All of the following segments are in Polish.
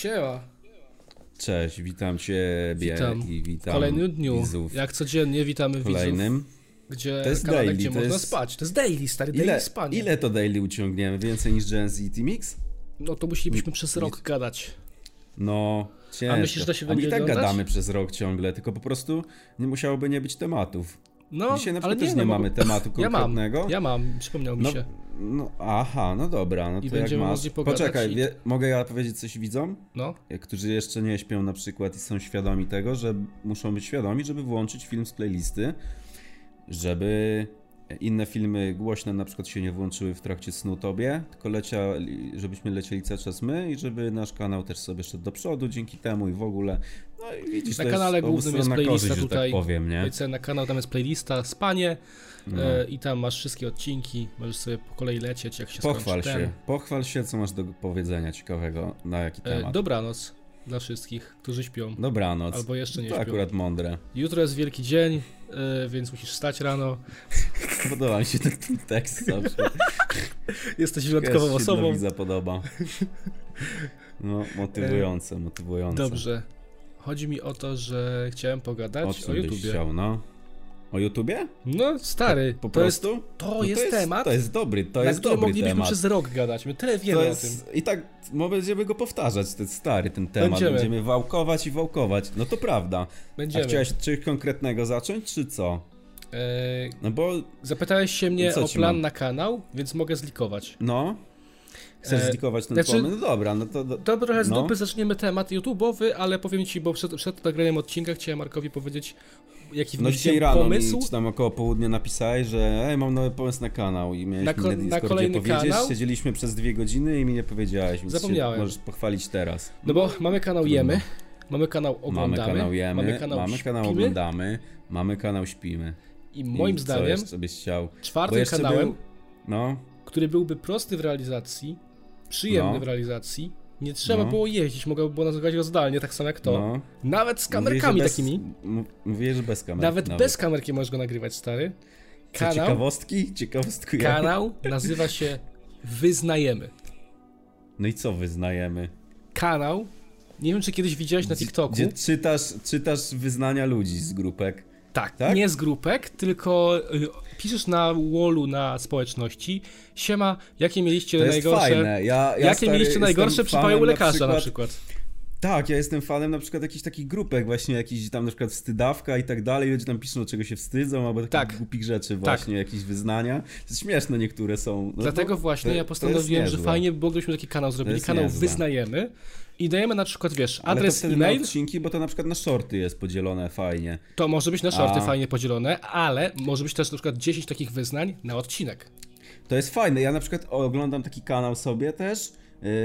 Siema. Cześć, witam Ciebie i witam w kolejnym dniu. Widzów. Jak codziennie witamy kolejnym. widzów, gdzie to jest kanale, daily, gdzie to można jest... spać. To jest daily, stary, daily spanie. Ile to daily uciągniemy? Więcej niż Gen Z i Team-X? No to musielibyśmy przez rok gadać. No, ciężko. A myślisz, że to się A my będzie i tak oglądać? gadamy przez rok ciągle, tylko po prostu nie musiałoby nie być tematów. No, Dzisiaj na ale przykład też nie mamy tematu konkretnego. Ja mam, przypomniał mi się. Aha, no dobra, no I to jak będziemy masz. mogli pogadać Poczekaj, mogę ja powiedzieć coś widzom? No. Którzy jeszcze nie śpią na przykład i są świadomi tego, że muszą być świadomi, żeby włączyć film z playlisty, żeby inne filmy głośne na przykład się nie włączyły w trakcie snu tobie, tylko żebyśmy lecieli cały czas my i żeby nasz kanał też sobie szedł do przodu dzięki temu i w ogóle. No i widzisz, Na to kanale jest głównym jest playlista korzyść, tutaj. Tak powiem, nie? Na kanał tam jest playlista spanie No. i tam masz wszystkie odcinki, możesz sobie po kolei lecieć, jak się skończy ten. Pochwal się, co masz do powiedzenia ciekawego, na jaki temat. Dobranoc dla wszystkich, którzy śpią. Dobranoc. Albo jeszcze nie to śpią. akurat mądre. Jutro jest wielki dzień, więc musisz wstać rano. Podoba mi się ten tekst zawsze. Jesteś wyjątkową osobą. Mi podoba. No, motywujące. Dobrze. Chodzi mi o to, że chciałem pogadać o YouTubie. Chciał, no. O YouTubie? No, stary. Po prostu? To jest temat. To jest dobry moglibyśmy temat. przez rok gadać. My tyle wiemy o tym. I tak będziemy go powtarzać. To jest stary ten temat. Będziemy wałkować i wałkować. No to prawda. Będziemy. A chciałeś coś konkretnego zacząć, czy co? No bo... Zapytałeś się mnie o plan na kanał, więc mogę zlikować. No. Chcesz zlikować ten pomysł? No dobra, no to... To trochę z dupy zaczniemy temat YouTube'owy, ale powiem ci, bo przed nagraniem odcinka chciałem Markowi powiedzieć, jaki dzisiaj rano pomysł. Mi, czy tam około południa napisałeś, że mam nowy pomysł na kanał i miałeś mi na kolejny powiedzieć. Kanał? Siedzieliśmy przez 2 godziny i mi nie powiedziałeś, więc zapomniałem. Możesz pochwalić teraz. No bo mamy kanał Jemy, mamy kanał Oglądamy, mamy kanał Jemy, mamy kanał Oglądamy, mamy kanał Śpimy. I moim zdaniem co byś chciał? Czwartym kanałem, no, który byłby prosty w realizacji, przyjemny w realizacji, nie trzeba było jeździć, mogło było nazywać go zdalnie, tak samo jak to. No. Nawet z kamerkami takimi. Mówię, że bez kamerki. Nawet bez kamerki możesz go nagrywać, stary. Co, ciekawostki? Ciekawostkujemy. Kanał nazywa się Wyznajemy. No i co wyznajemy? Kanał, nie wiem czy kiedyś widziałeś na TikToku. Gdzie czytasz wyznania ludzi z grupek. Tak, nie z grupek, tylko piszesz na wallu na społeczności. Siema, jakie mieliście to najgorsze. Jest fajne. Jakie mieliście najgorsze przypały u lekarza na przykład. Tak, ja jestem fanem na przykład jakichś takich grupek, właśnie jakiś tam na przykład wstydawka i tak dalej, ludzie tam piszą, czego się wstydzą, albo takich głupich rzeczy właśnie, jakieś wyznania. To jest śmieszne niektóre są. No dlatego właśnie ja postanowiłem, że fajnie by było, gdybyśmy taki kanał zrobili. Kanał Wyznajemy i dajemy na przykład, wiesz, adres e-mail. Na odcinki, bo to na przykład na shorty jest podzielone fajnie. To może być na shorty fajnie podzielone, ale może być też na przykład 10 takich wyznań na odcinek. To jest fajne. Ja na przykład oglądam taki kanał sobie też.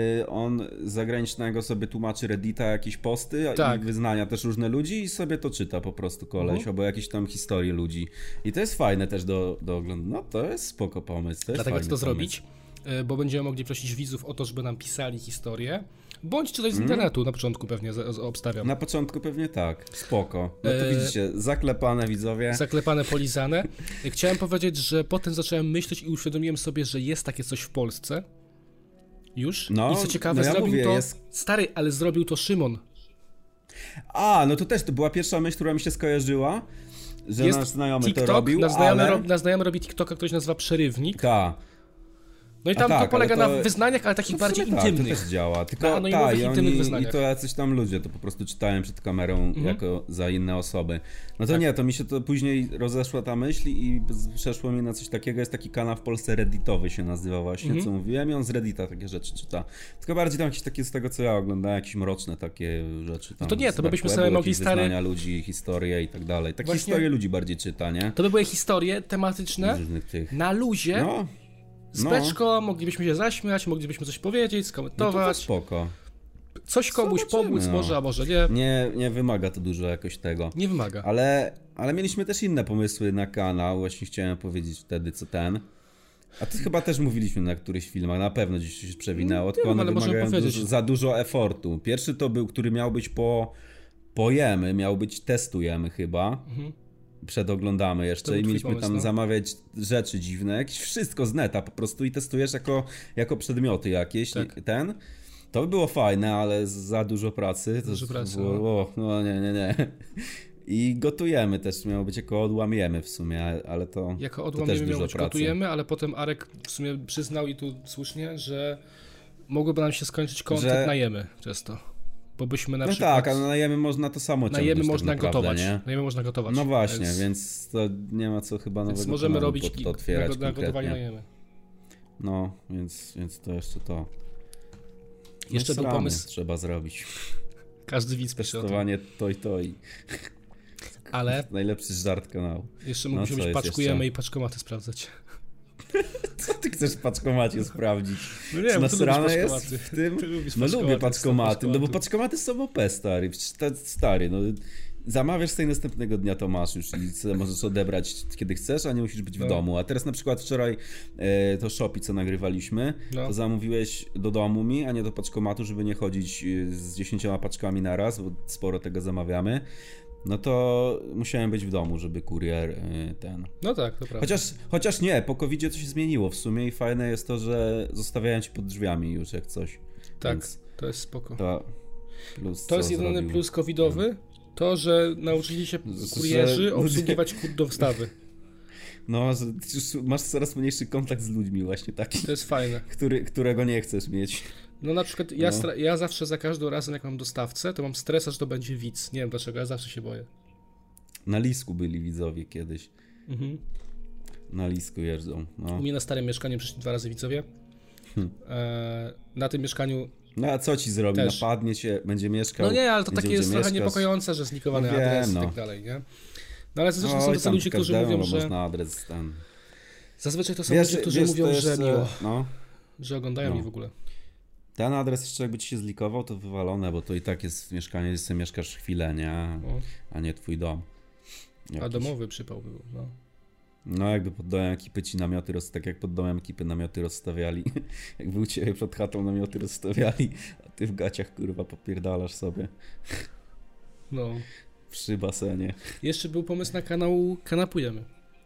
On z zagranicznego sobie tłumaczy Reddita jakieś posty i wyznania też różne ludzi i sobie to czyta po prostu koleś, albo jakieś tam historie ludzi. I to jest fajne też do oglądania. No to jest spoko pomysł. Dlatego chcę to zrobić, bo będziemy mogli prosić widzów o to, żeby nam pisali historie. Bądź czytać z internetu, na początku pewnie obstawiam. Na początku pewnie tak, spoko. No to widzicie, zaklepane widzowie. Zaklepane, polizane. Chciałem powiedzieć, że potem zacząłem myśleć i uświadomiłem sobie, że jest takie coś w Polsce. Już? I co ciekawe, zrobił to... Stary, ale zrobił to Szymon. No to też, to była pierwsza myśl, która mi się skojarzyła, że jest nasz znajomy TikTok, to robił, nasz znajomy robi TikToka, który się nazywa Przerywnik. Tak. No i tam to polega na wyznaniach, ale takich bardziej intymnych. To też działa, tylko intymnych wyznaniach. I to jacyś tam ludzie to po prostu czytają przed kamerą jako za inne osoby. No to nie, to mi się to później rozeszła ta myśl i przeszło mi na coś takiego, jest taki kanał w Polsce redditowy się nazywa właśnie, co mówiłem i on z Reddita takie rzeczy czyta. Tylko bardziej tam jakieś takie z tego co ja oglądałem, jakieś mroczne takie rzeczy tam. No to nie, to byśmy sobie mogli wyznania ludzi, historie i tak dalej. Takie historie ludzi bardziej czyta, nie? To by były historie tematyczne na luzie. Z beczką, moglibyśmy się zaśmiać, moglibyśmy coś powiedzieć, skomentować. No to spoko. Coś komuś pomóc może, a może nie. Nie wymaga to dużo jakoś tego. Nie wymaga. Ale mieliśmy też inne pomysły na kanał, właśnie chciałem powiedzieć wtedy co ten. A to chyba też mówiliśmy na którychś filmach, na pewno gdzieś się przewinęło, tylko one wymagają za dużo efortu. Pierwszy to był, który miał być pojemy, miał być testujemy chyba. Przedoglądamy jeszcze i mieliśmy tam zamawiać rzeczy dziwne, jakieś wszystko z neta po prostu i testujesz jako przedmioty jakieś, To by było fajne, ale za dużo pracy. Dużo pracy. Było, no nie. I gotujemy też, miało być jako odłamiemy w sumie, ale to jako to odłamiemy też miało być pracy. gotujemy, ale potem Arek w sumie przyznał i tu słusznie, że mogłoby nam się skończyć content najemy przez to. Bo byśmy na przykład... No tak, ale najemy można to samo ciągnąć. Najemy tak można naprawdę, gotować. Nie? Najemy można gotować. No właśnie, więc to nie ma co chyba nowego. Więc możemy robić to otwierać na gotowanie najemy. No, więc to jeszcze to. Jeszcze był pomysł. Trzeba zrobić. Każdy widz testowanie toj. Ale najlepszy żart kanału. Jeszcze mógłbyśmy być paczkujemy i paczkomaty sprawdzać. Co ty chcesz w paczkomacie sprawdzić? No nie wiem, nasrane jest w tym? No lubię paczkomaty, no bo paczkomaty są OP, stary. Stary, no zamawiasz sobie następnego dnia, to masz już i możesz odebrać kiedy chcesz, a nie musisz być w domu. A teraz na przykład wczoraj to Shopee, co nagrywaliśmy, to zamówiłeś do domu mi, a nie do paczkomatu, żeby nie chodzić z 10 paczkami na raz, bo sporo tego zamawiamy. No to musiałem być w domu, żeby kurier ten... No tak, to prawda. Chociaż nie, po COVID-zie to się zmieniło w sumie i fajne jest to, że zostawiają ci pod drzwiami już jak coś. Tak, więc to jest spoko. To jest jedyny plus covidowy, to, że nauczyli się kurierzy obsługiwać kod do wstawy. No, masz coraz mniejszy kontakt z ludźmi właśnie taki. To jest fajne. Którego nie chcesz mieć. No na przykład ja zawsze za każdym razem jak mam dostawcę, to mam stres, że to będzie widz. Nie wiem dlaczego, ja zawsze się boję. Na Lisku byli widzowie kiedyś. Na Lisku jeżdżą. No. U mnie na starym mieszkaniu przyszli 2 razy widzowie. Na tym mieszkaniu... No a co ci zrobi? Też. Napadnie cię, będzie mieszkał. No nie, ale to takie jest trochę niepokojące, że zlikowany adres i tak dalej, nie? No ale zazwyczaj są to ludzie, którzy mówią, że... Można adres ten... Zazwyczaj to są ludzie, którzy mówią, że miło. Że oglądają mnie w ogóle. Ten adres jeszcze jakby ci się zlikował, to wywalone, bo to i tak jest mieszkanie, gdzie sobie mieszkasz chwilę, nie? A nie twój dom. A domowy przypał był, no. No jakby pod domem ekipy ci namioty, tak jak pod domem ekipy namioty rozstawiali. Jakby u ciebie przed chatą namioty rozstawiali, a ty w gaciach kurwa popierdalasz sobie. No. Przy basenie. Jeszcze był pomysł na kanał Kanapujemy.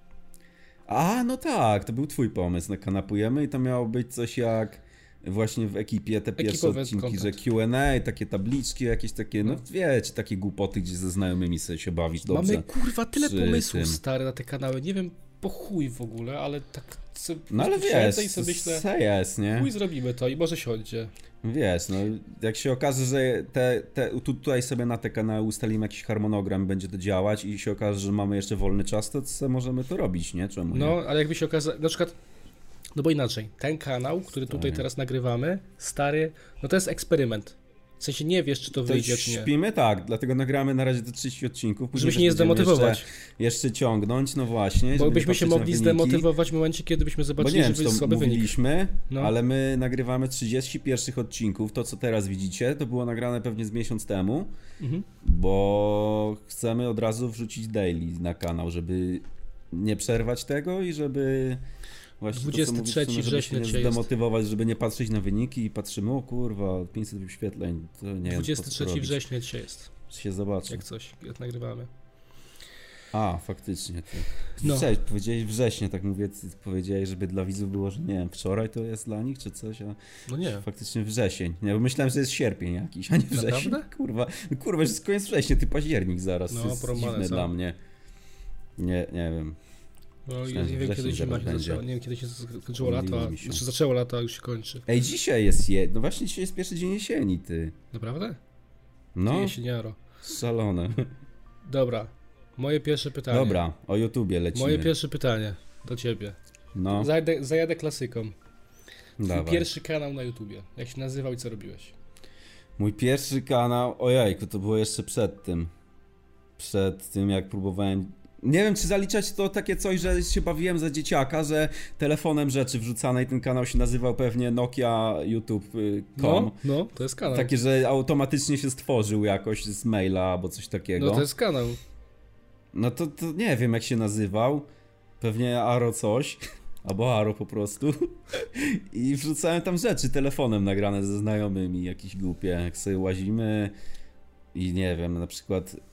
A, no tak, to był twój pomysł na Kanapujemy i to miało być coś jak właśnie w ekipie te pierwsze odcinki, że Q&A, takie tabliczki jakieś takie, no wiecie, takie głupoty, gdzie ze znajomymi sobie się bawić dobrze. Mamy kurwa tyle pomysłów stary na te kanały, nie wiem po chuj w ogóle, ale tak no ale wiesz, i sobie myślę, jest, nie? Chuj zrobimy to i może siądzie. Wiesz, no jak się okaże, że tutaj sobie na te kanały ustalimy jakiś harmonogram, będzie to działać i się okaże, że mamy jeszcze wolny czas, to możemy to robić, nie? Czemu nie? No, ale jakby się okazało, na przykład, no bo inaczej, ten kanał, który tutaj teraz nagrywamy, stary, no to jest eksperyment. W sensie nie wiesz, czy to wyjdzie, czy nie. Śpimy tak, dlatego nagramy na razie do 30 odcinków. Żeby się nie zdemotywować. Jeszcze ciągnąć, no właśnie. Bo byśmy się mogli zdemotywować w momencie, kiedy byśmy zobaczyli, że jest słaby wynik. Ale my nagrywamy 30 pierwszych odcinków. To, co teraz widzicie, to było nagrane pewnie z miesiąc temu, bo chcemy od razu wrzucić daily na kanał, żeby nie przerwać tego i żeby... Właśnie 23 to, września nie zdemotywować, żeby nie patrzeć na wyniki i patrzymy, o kurwa, 500 wyświetleń, to nie 23 września dzisiaj jest. Się zobaczy. Jak coś, jak nagrywamy. A, faktycznie. No. Cześć, powiedziałeś wrześnie, tak mówię, powiedziałeś, żeby dla widzów było, że nie wiem, wczoraj to jest dla nich, czy coś, a no nie. Faktycznie wrzesień. Nie, bo myślałem, że jest sierpień jakiś, a nie wrzesień. Naprawdę? Kurwa, że jest koniec września, ty październik zaraz, no, to jest dziwne dla mnie. Nie wiem. No, nie wiem, kiedy zima się zaczęła, nie wiem, kiedy się skończyło lato, znaczy zaczęło lato, a już się kończy. Ej, dzisiaj jest no właśnie dzisiaj jest pierwszy dzień jesieni, ty. Naprawdę? No. Ty jesieniaro. Szalone. Dobra, moje pierwsze pytanie. Dobra, o YouTubie lecimy. Moje pierwsze pytanie do ciebie. No. Zajadę klasyką. Twój pierwszy kanał na YouTubie. Jak się nazywał i co robiłeś? Mój pierwszy kanał, ojejku, to było jeszcze przed tym. Przed tym, jak próbowałem... Nie wiem, czy zaliczać to takie coś, że się bawiłem za dzieciaka, że telefonem rzeczy wrzucane i ten kanał się nazywał pewnie Nokia YouTube.com. No, to jest kanał. Takie, że automatycznie się stworzył jakoś z maila albo coś takiego. No to jest kanał. No to nie wiem, jak się nazywał. Pewnie Aro coś. Albo Aro po prostu. I wrzucałem tam rzeczy telefonem nagrane ze znajomymi, jakieś głupie. Jak sobie łazimy i nie wiem, na przykład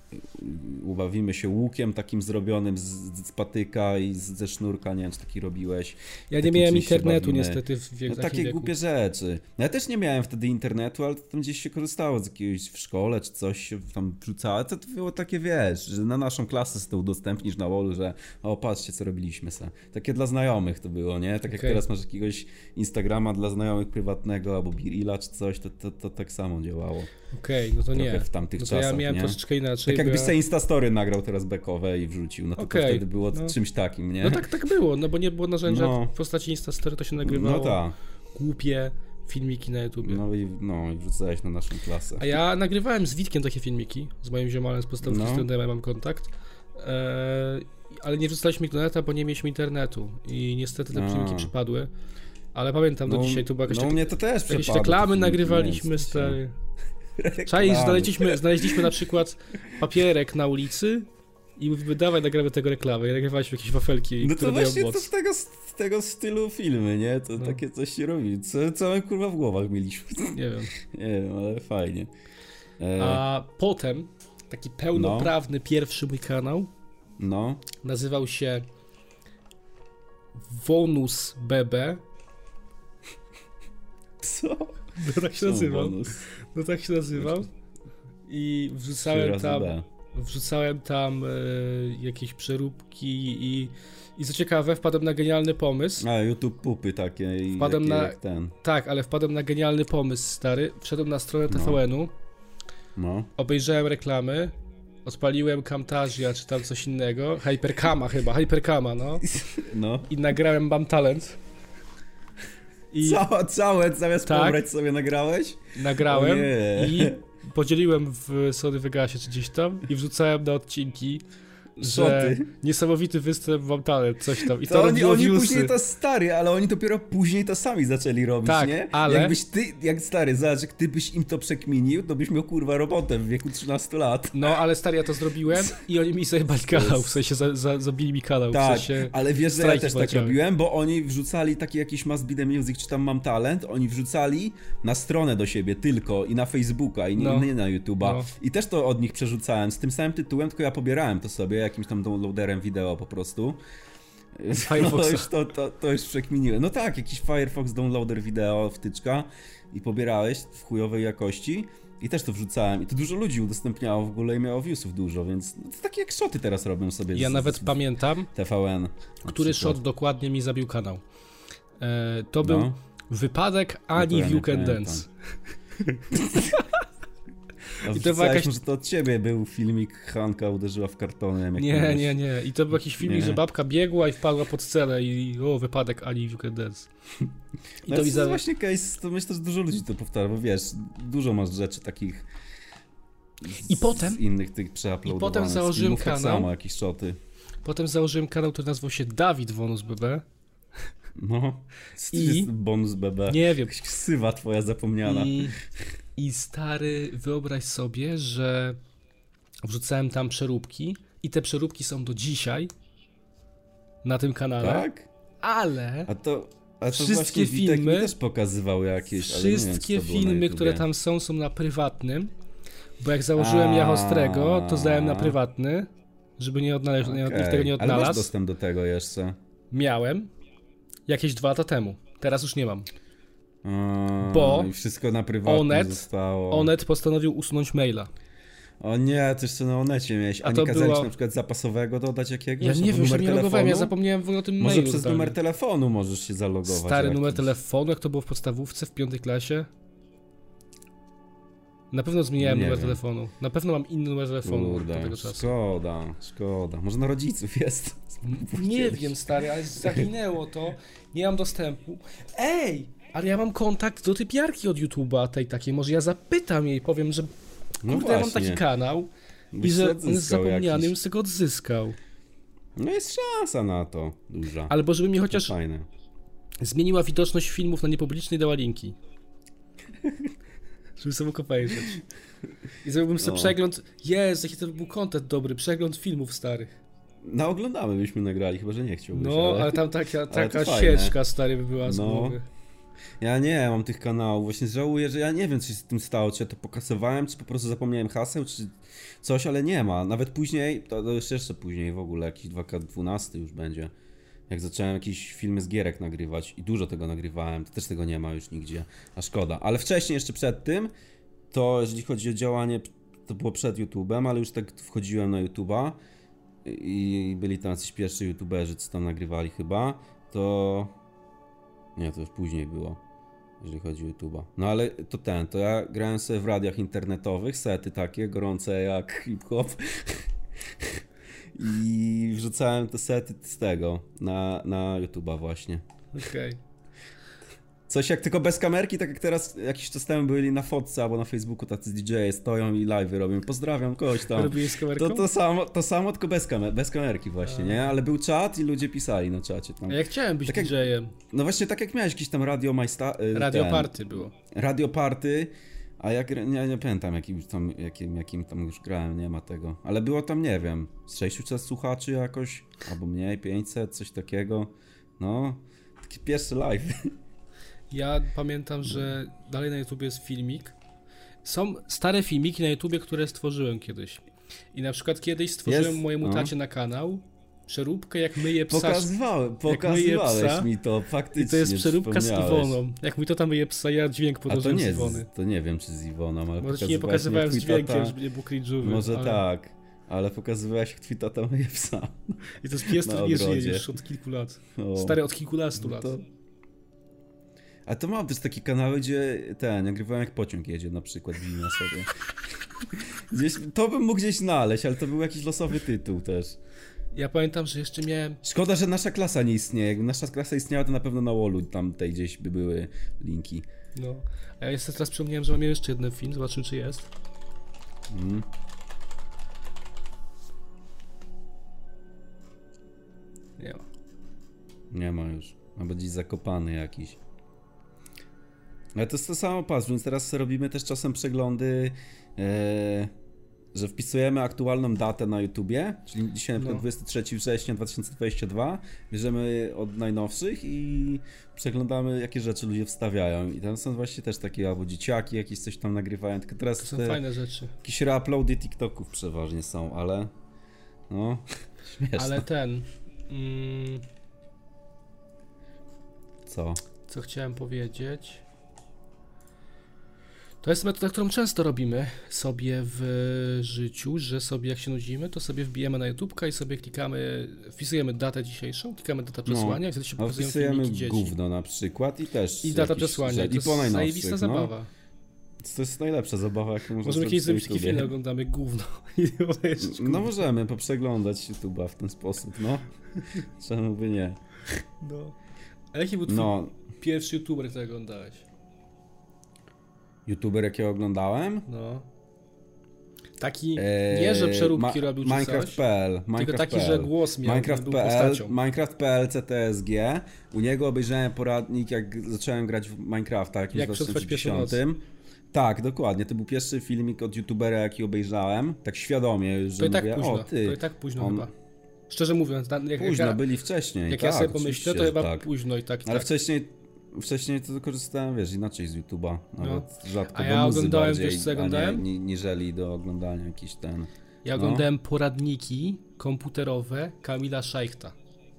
ubawimy się łukiem takim zrobionym z patyka i ze sznurka, nie wiem, czy taki robiłeś. Ja nie miałem internetu niestety w takie wieku. Głupie rzeczy. No ja też nie miałem wtedy internetu, ale tam gdzieś się korzystało z jakiegoś w szkole, czy coś się tam wrzucało. To było takie, wiesz, że na naszą klasę sobie to udostępnisz na wallu, że o, patrzcie, co robiliśmy se. Takie dla znajomych to było, nie? Tak jak teraz masz jakiegoś Instagrama dla znajomych prywatnego, albo Birilla, czy coś, to tak samo działało. Okej, no to trochę nie. w tamtych czasach, ja miałem nie? troszeczkę inaczej. Tak jakbyś sobie Instastory nagrał teraz backowe i wrzucił, no to wtedy było czymś takim, nie? No tak było, no bo nie było narzędzia w postaci Instastory, to się nagrywało głupie filmiki na YouTubie. No i wrzucałeś na naszą klasę. A ja nagrywałem z Witkiem takie filmiki, z moim ziomalem z podstawówki, z którym mam kontakt, ale nie wrzucaliśmy ich do neta, bo nie mieliśmy internetu i niestety te filmiki przypadły. Ale pamiętam do dzisiaj, to była jakaś mnie to też jakieś reklamy nagrywaliśmy, stary. Czaisz, znaleźliśmy na przykład papierek na ulicy i mówimy, dawaj, nagramy tego reklamę. I nagrywaliśmy jakieś wafelki, które dają moc. No to właśnie to tego stylu filmy, nie? To takie coś się robi. Co my kurwa w głowach mieliśmy? Nie wiem, ale fajnie. A potem taki pełnoprawny pierwszy mój kanał nazywał się Wonus BB. Co? No tak się nazywał. No tak się nazywał. I wrzucałem tam jakieś przeróbki i co ciekawe, wpadłem na genialny pomysł. A, YouTube pupy takie jak ten. Tak, ale wpadłem na genialny pomysł, stary. Wszedłem na stronę TVN-u, obejrzałem reklamy, odpaliłem Camtasia czy tam coś innego, Hypercama, no. I nagrałem Mam Talent. Całe zamiast pobrać sobie nagrałeś? Nagrałem i podzieliłem w Sony Vegasie czy gdzieś tam i wrzucałem na odcinki, że niesamowity występ, Mam Talent, coś tam. I to oni później to ale oni dopiero później to sami zaczęli robić, nie? Ale... Jakbyś zobacz, jak ty byś im to przekminił, to byś miał kurwa robotę w wieku 13 lat. No, ale stary, ja to zrobiłem i oni mi zajebali kanał, w sensie zabili mi kanał. Tak, w sensie ale wiesz, że ja też tak robiłem, bo oni wrzucali taki jakiś Must Be The Music, czy tam Mam Talent, oni wrzucali na stronę do siebie tylko i na Facebooka i nie na YouTube'a. I też to od nich przerzucałem z tym samym tytułem, tylko ja pobierałem to sobie jakimś tam downloaderem wideo po prostu. To już przekminiłem. No tak, jakiś Firefox downloader wideo, wtyczka i pobierałeś w chujowej jakości i też to wrzucałem i to dużo ludzi udostępniało w ogóle i miało viewsów dużo, więc to takie jak shoty teraz robią sobie. Ja nawet pamiętam, TVN, który shot dokładnie mi zabił kanał. To był wypadek Ani w You Can Dance. I to jakaś... że to od ciebie był filmik, Hanka uderzyła w kartonem. Nie. I to był jakiś filmik, że babka biegła i wpadła pod scenę i wypadek Ani w You Can Dance. I to jest właśnie case, to myślę, że dużo ludzi to powtarza, bo wiesz, dużo masz rzeczy takich z innych tych przeuploadowanych. I potem założyłem kanał. Tak samo, jakieś shoty. Potem założyłem kanał, który nazywał się Dawid Wonus BB. No, jest bonus BB. Nie wiem. Jakaś ksywa twoja zapomniana. I stary, wyobraź sobie, że wrzucałem tam przeróbki i te przeróbki są do dzisiaj na tym kanale. Tak? Ale a to wszystkie filmy mi też pokazywały jakieś, wszystkie ale nie wiem, filmy, które tam są na prywatnym, bo jak założyłem Jah Ostrego, to zdałem na prywatny, żeby nikt tego nie odnalazł. Ale masz dostęp do tego jeszcze? Miałem jakieś 2 lata temu. Teraz już nie mam. Bo i wszystko na prywatnym zostało. Onet postanowił usunąć maila. O nie, to jeszcze na Onecie miałeś. A nie kazałeś na przykład zapasowego dodać jakiegoś? Ja nie wiem, że nie logowałem, ja zapomniałem w ogóle o tym mailu. Może przez numer telefonu możesz się zalogować. Stary numer telefonu, jak to było w podstawówce, w 5. klasie? Na pewno zmieniałem numer telefonu. Na pewno mam inny numer telefonu od tego czasu. Szkoda. Może na rodziców jest. Nie wiem, stary, ale zaginęło to. Nie mam dostępu. Ej! Ale ja mam kontakt do typiarki od YouTube'a tej takiej. Może ja zapytam jej, powiem, że kurde, ja mam taki kanał i że on jest zapomniany i bym sobie go odzyskał. No jest szansa na to duża. Albo żeby mi chociaż zmieniła widoczność filmów na niepublicznej i dała linki. Żeby sobie mógł obejrzeć. I zrobiłbym sobie przegląd. Jezu, jaki to był content dobry. Przegląd filmów starych. No oglądamy byśmy nagrali, chyba że nie chciałbyś. No, ale tam taka sieczka stary by była z głowy. Ja nie mam tych kanałów, właśnie żałuję, że ja nie wiem, co się z tym stało, czy ja to pokasowałem, czy po prostu zapomniałem haseł, czy coś, ale nie ma. Nawet później, to jeszcze później w ogóle, jakiś 2K12 już będzie. Jak zacząłem jakieś filmy z gierek nagrywać i dużo tego nagrywałem, to też tego nie ma już nigdzie, a szkoda. Ale wcześniej, jeszcze przed tym, to jeżeli chodzi o działanie, to było przed YouTube'em, ale już tak wchodziłem na YouTube'a i byli tam jacyś pierwsi YouTuberzy, co tam nagrywali chyba, to... Nie, to już później było, jeżeli chodzi o YouTube'a. No ale to ja grałem sobie w radiach internetowych, sety takie, gorące jak hip-hop. I wrzucałem te sety z tego, na YouTube'a właśnie. Okej. Coś jak tylko bez kamerki, tak jak teraz jakiś czas temu byli na fotce albo na Facebooku tacy DJ-e stoją i live'y robią. Pozdrawiam kogoś tam. Robiłeś z kamerką? To samo, tylko bez kamerki właśnie, nie? Ale był czat i ludzie pisali na czacie tam. A ja chciałem być tak DJ-em. No właśnie tak jak miałeś jakieś tam Radio Party było. Radio Party, a nie pamiętam jakim tam już grałem, nie ma tego. Ale było tam, nie wiem, z 600 słuchaczy jakoś, albo mniej, 500, coś takiego. No, taki pierwszy live. Ja pamiętam, że dalej na YouTubie jest filmik. Są stare filmiki na YouTubie, które stworzyłem kiedyś. I na przykład kiedyś stworzyłem mojemu tacie na kanał przeróbkę, jak myje psa. Pokazywałeś mi to, faktycznie. I to jest przeróbka z Iwoną. Jak mój tata myje psa, ja dźwięk podłożyłem z Iwony. To nie wiem, czy z Iwoną, ale może ci nie pokazywałem z dźwiękiem, żeby nie był cringe'owy. Może ale... tak, ale pokazywałeś, jak twój tata myje psa. I to jest pies, który nie żyje już od kilku lat. Stary, od kilkunastu lat. A to ma być takie kanały, gdzie nagrywałem jak pociąg jedzie na przykład, widzę sobie. Gdzieś, to bym mógł gdzieś znaleźć, ale to był jakiś losowy tytuł też. Ja pamiętam, że jeszcze miałem... Szkoda, że nasza klasa nie istnieje. Jakby nasza klasa istniała, to na pewno na wallu tamtej gdzieś by były linki. No, a ja jeszcze teraz przypomniałem, że mam jeszcze jeden film, zobaczymy czy jest. Nie ma. Nie ma już. Ma być gdzieś zakopany jakiś. Ale to jest to samo pas, więc teraz robimy też czasem przeglądy, że wpisujemy aktualną datę na YouTubie, czyli dzisiaj na przykład 23 września 2022, bierzemy od najnowszych i przeglądamy, jakie rzeczy ludzie wstawiają. I tam są właśnie też takie albo dzieciaki jakieś coś tam nagrywają, tylko teraz to są fajne rzeczy. Jakieś reuploady TikToków przeważnie są, ale no, śmieszne. Ale Co chciałem powiedzieć? To jest metoda, którą często robimy sobie w życiu, że sobie jak się nudzimy, to sobie wbijemy na YouTubka i sobie klikamy, wpisujemy datę dzisiejszą, klikamy datę przesłania i wtedy się pokazują filmiki dzieci. Gówno na przykład i data przesłania, i to jest zajebista zabawa. To jest najlepsza zabawa, jaką można Możemy kiedyś zrobić taki film, oglądamy gówno. No możemy poprzeglądać YouTube'a w ten sposób, no. Czemu by nie? No. A jaki był twój pierwszy YouTuber, który oglądałeś? YouTuber, jakiego oglądałem? No. Taki, nie że przeróbki robił czy Minecraft.pl, tylko taki, że głos miał, był postacią. Minecraft.pl CTSG. U niego obejrzałem poradnik, jak zacząłem grać w Minecrafta w jakimś 2010. Tak, dokładnie. To był pierwszy filmik od YouTubera, jaki obejrzałem. Tak świadomie, że to i tak mówię, późno, to i tak późno chyba. Szczerze mówiąc, późno, byli wcześniej. Jak ja sobie pomyślę, to chyba późno i tak. Ale wcześniej to korzystałem, wiesz, inaczej z YouTube'a. Nawet rzadko. A ja oglądałem, wiesz co oglądałem? Niżeli do oglądania jakiś ten... Ja oglądałem poradniki komputerowe Kamila Szajchta.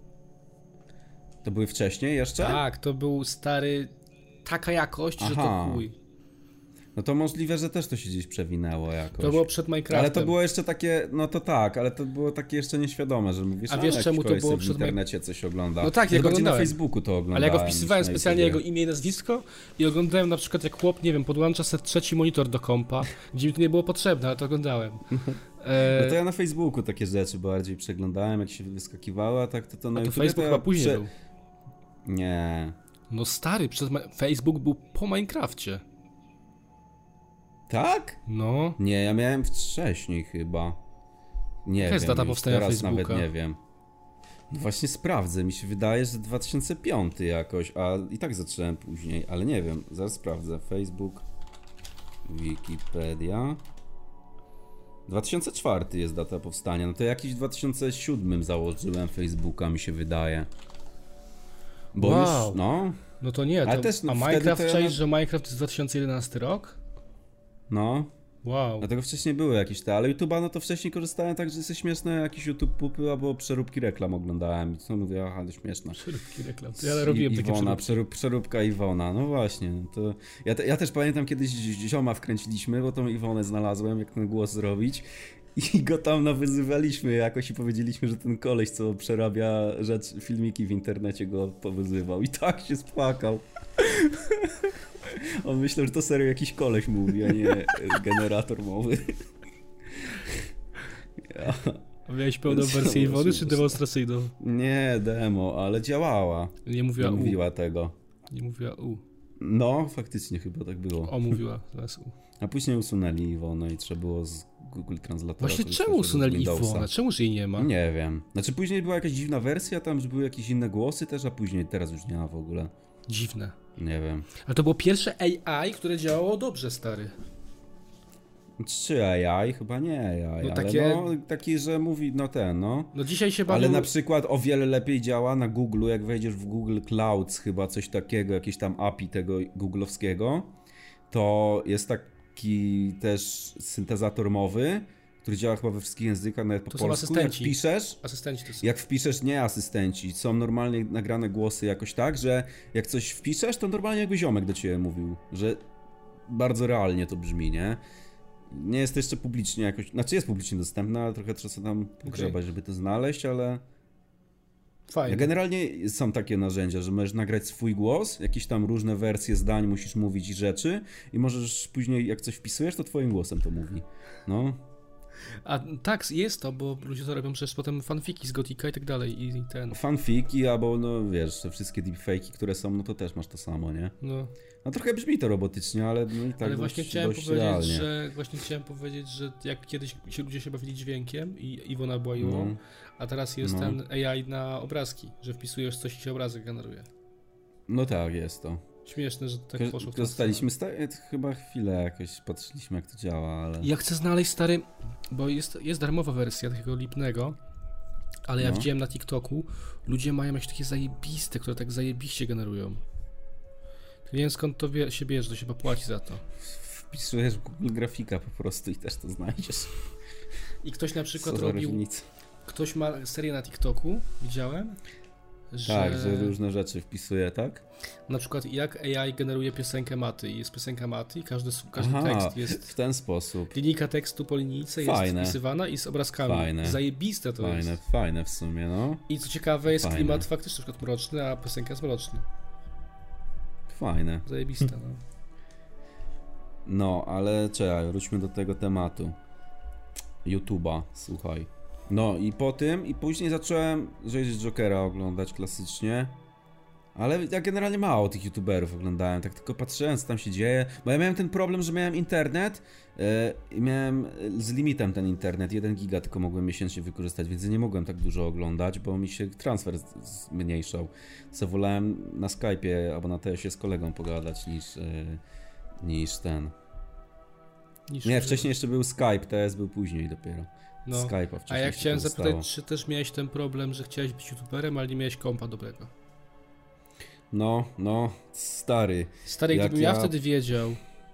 To były wcześniej jeszcze? Tak, to był stary... Taka jakość, że to chuj. No to możliwe, że też to się gdzieś przewinęło jakoś. To było przed Minecraftem. Ale to było jeszcze takie, no to tak, ale to było takie jeszcze nieświadome, że mówisz, a wiesz czemu to było przed internecie coś ogląda. No tak, ja go na Facebooku to oglądałem. Ale ja go wpisywałem specjalnie jego imię i nazwisko i oglądałem na przykład jak chłop, nie wiem, podłącza sobie trzeci monitor do kompa, gdzie mi to nie było potrzebne, ale to oglądałem. No to ja na Facebooku takie rzeczy bardziej przeglądałem, jak się wyskakiwało, a tak to na YouTube. To Facebook chyba później był. Nie. No stary, Facebook był po Minecrafcie. Tak? No. Nie, ja miałem wcześniej chyba. Nie wiem. Jaka jest data powstania teraz Facebooka? Nawet nie wiem. No właśnie sprawdzę, mi się wydaje, że 2005 jakoś, a i tak zacząłem później, ale nie wiem, zaraz sprawdzę. Facebook, Wikipedia. 2004 jest data powstania, no to jakiś w 2007 założyłem Facebooka, mi się wydaje. Bo już, no... No to nie, to, też, a Minecraft to że Minecraft to jest 2011 rok? No. Wow. Dlatego wcześniej były jakieś ale YouTube'a, no to wcześniej korzystałem tak, że jest śmieszne jakieś YouTube pupy albo przeróbki reklam oglądałem i co mówię, aha, to śmieszne. Przeróbki reklam, to ja robiłem takie przeróbka Iwona, no właśnie, to ja też pamiętam kiedyś zioma wkręciliśmy, bo tą Iwonę znalazłem, jak ten głos zrobić i go tam nawyzywaliśmy jakoś i powiedzieliśmy, że ten koleś, co przerabia filmiki w internecie, go powyzywał i tak się spłakał. On myślał, że to serio jakiś koleś mówi, a nie generator mowy. Ja. A miałeś pełną wersję Iwony, czy demonstracyjną? Nie, demo, ale działała. Nie mówiła tego. Nie mówiła U. No, faktycznie chyba tak było. O, mówiła, teraz U. A później usunęli Iwonę i trzeba było z Google Translatora. Właśnie czemu usunęli Iwonę? Czemuż jej nie ma? Nie wiem. Znaczy później była jakaś dziwna wersja, tam były jakieś inne głosy też, a później teraz już nie ma w ogóle. Dziwne. Nie wiem. Ale to było pierwsze AI, które działało dobrze, stary. Czy AI? Chyba nie AI, no, takie... taki, że mówi, no. No dzisiaj się bawią... Ale na przykład o wiele lepiej działa na Google, jak wejdziesz w Google Clouds, chyba coś takiego, jakieś tam API tego googlowskiego, to jest taki też syntezator mowy, który działa chyba we wszystkich językach, nawet po polsku. Są asystenci. Jak wpiszesz, asystenci to są. Jak wpiszesz, nie asystenci, są normalnie nagrane głosy jakoś tak, że jak coś wpiszesz, to normalnie jakby ziomek do ciebie mówił, że bardzo realnie to brzmi, nie? Nie jest to jeszcze publicznie jakoś, znaczy jest publicznie dostępna, ale trochę trzeba tam pogrzebać, żeby to znaleźć, ale... Fajnie. Generalnie są takie narzędzia, że możesz nagrać swój głos, jakieś tam różne wersje zdań musisz mówić i rzeczy i możesz później, jak coś wpisujesz, to twoim głosem to mówi, no. A tak, jest to, bo ludzie to robią przecież potem fanfiki z Gotika i tak dalej i ten... Fanfiki, albo no wiesz, te wszystkie deepfake'i, które są, no to też masz to samo, nie? No. No trochę brzmi to robotycznie, ale no i tak ale właśnie chciałem powiedzieć, że jak kiedyś ludzie się bawili dźwiękiem i Iwona była Iwoną, a teraz jest ten AI na obrazki, że wpisujesz coś i się obrazek generuje. No tak, jest to. Śmieszne, że tak poszło. Dostaliśmy chyba chwilę jakoś patrzyliśmy, jak to działa, ale... Ja chcę znaleźć, stary, bo jest darmowa wersja takiego lipnego, ale ja widziałem na TikToku, ludzie mają jakieś takie zajebiste, które tak zajebiście generują. Nie wiem, skąd to się bierze, to się płaci za to. Wpisujesz w Google grafika po prostu i też to znajdziesz. I ktoś na przykład ktoś ma serię na TikToku, widziałem, że różne rzeczy wpisuje, tak? Na przykład jak AI generuje piosenkę Maty. Jest piosenka Maty i każdy tekst jest... w ten sposób. Linijka tekstu po linijce jest wpisywana i z obrazkami. Fajne. Zajebiste to jest. Fajne w sumie, no. I co ciekawe, jest klimat faktycznie na przykład mroczny, a piosenka jest mroczna. Fajne. Zajebiste, no. No, ale czekaj, wróćmy do tego tematu. YouTube'a, słuchaj. No i po tym, i później zacząłem Jokera oglądać klasycznie, ale ja generalnie mało tych youtuberów oglądałem, tak tylko patrzyłem, co tam się dzieje, bo ja miałem ten problem, że miałem internet i miałem z limitem ten internet, 1 giga tylko mogłem miesięcznie wykorzystać, więc nie mogłem tak dużo oglądać, bo mi się transfer zmniejszał, co wolałem na Skype'ie albo na TS-ie z kolegą pogadać niż ten. Nie, wcześniej jeszcze był Skype, TS był później dopiero. No. Skype'a wcześniej. A ja chciałem zapytać, czy też miałeś ten problem, że chciałeś być youtuberem, ale nie miałeś kompa dobrego? No, stary. Stary, gdybym ja wtedy wiedział.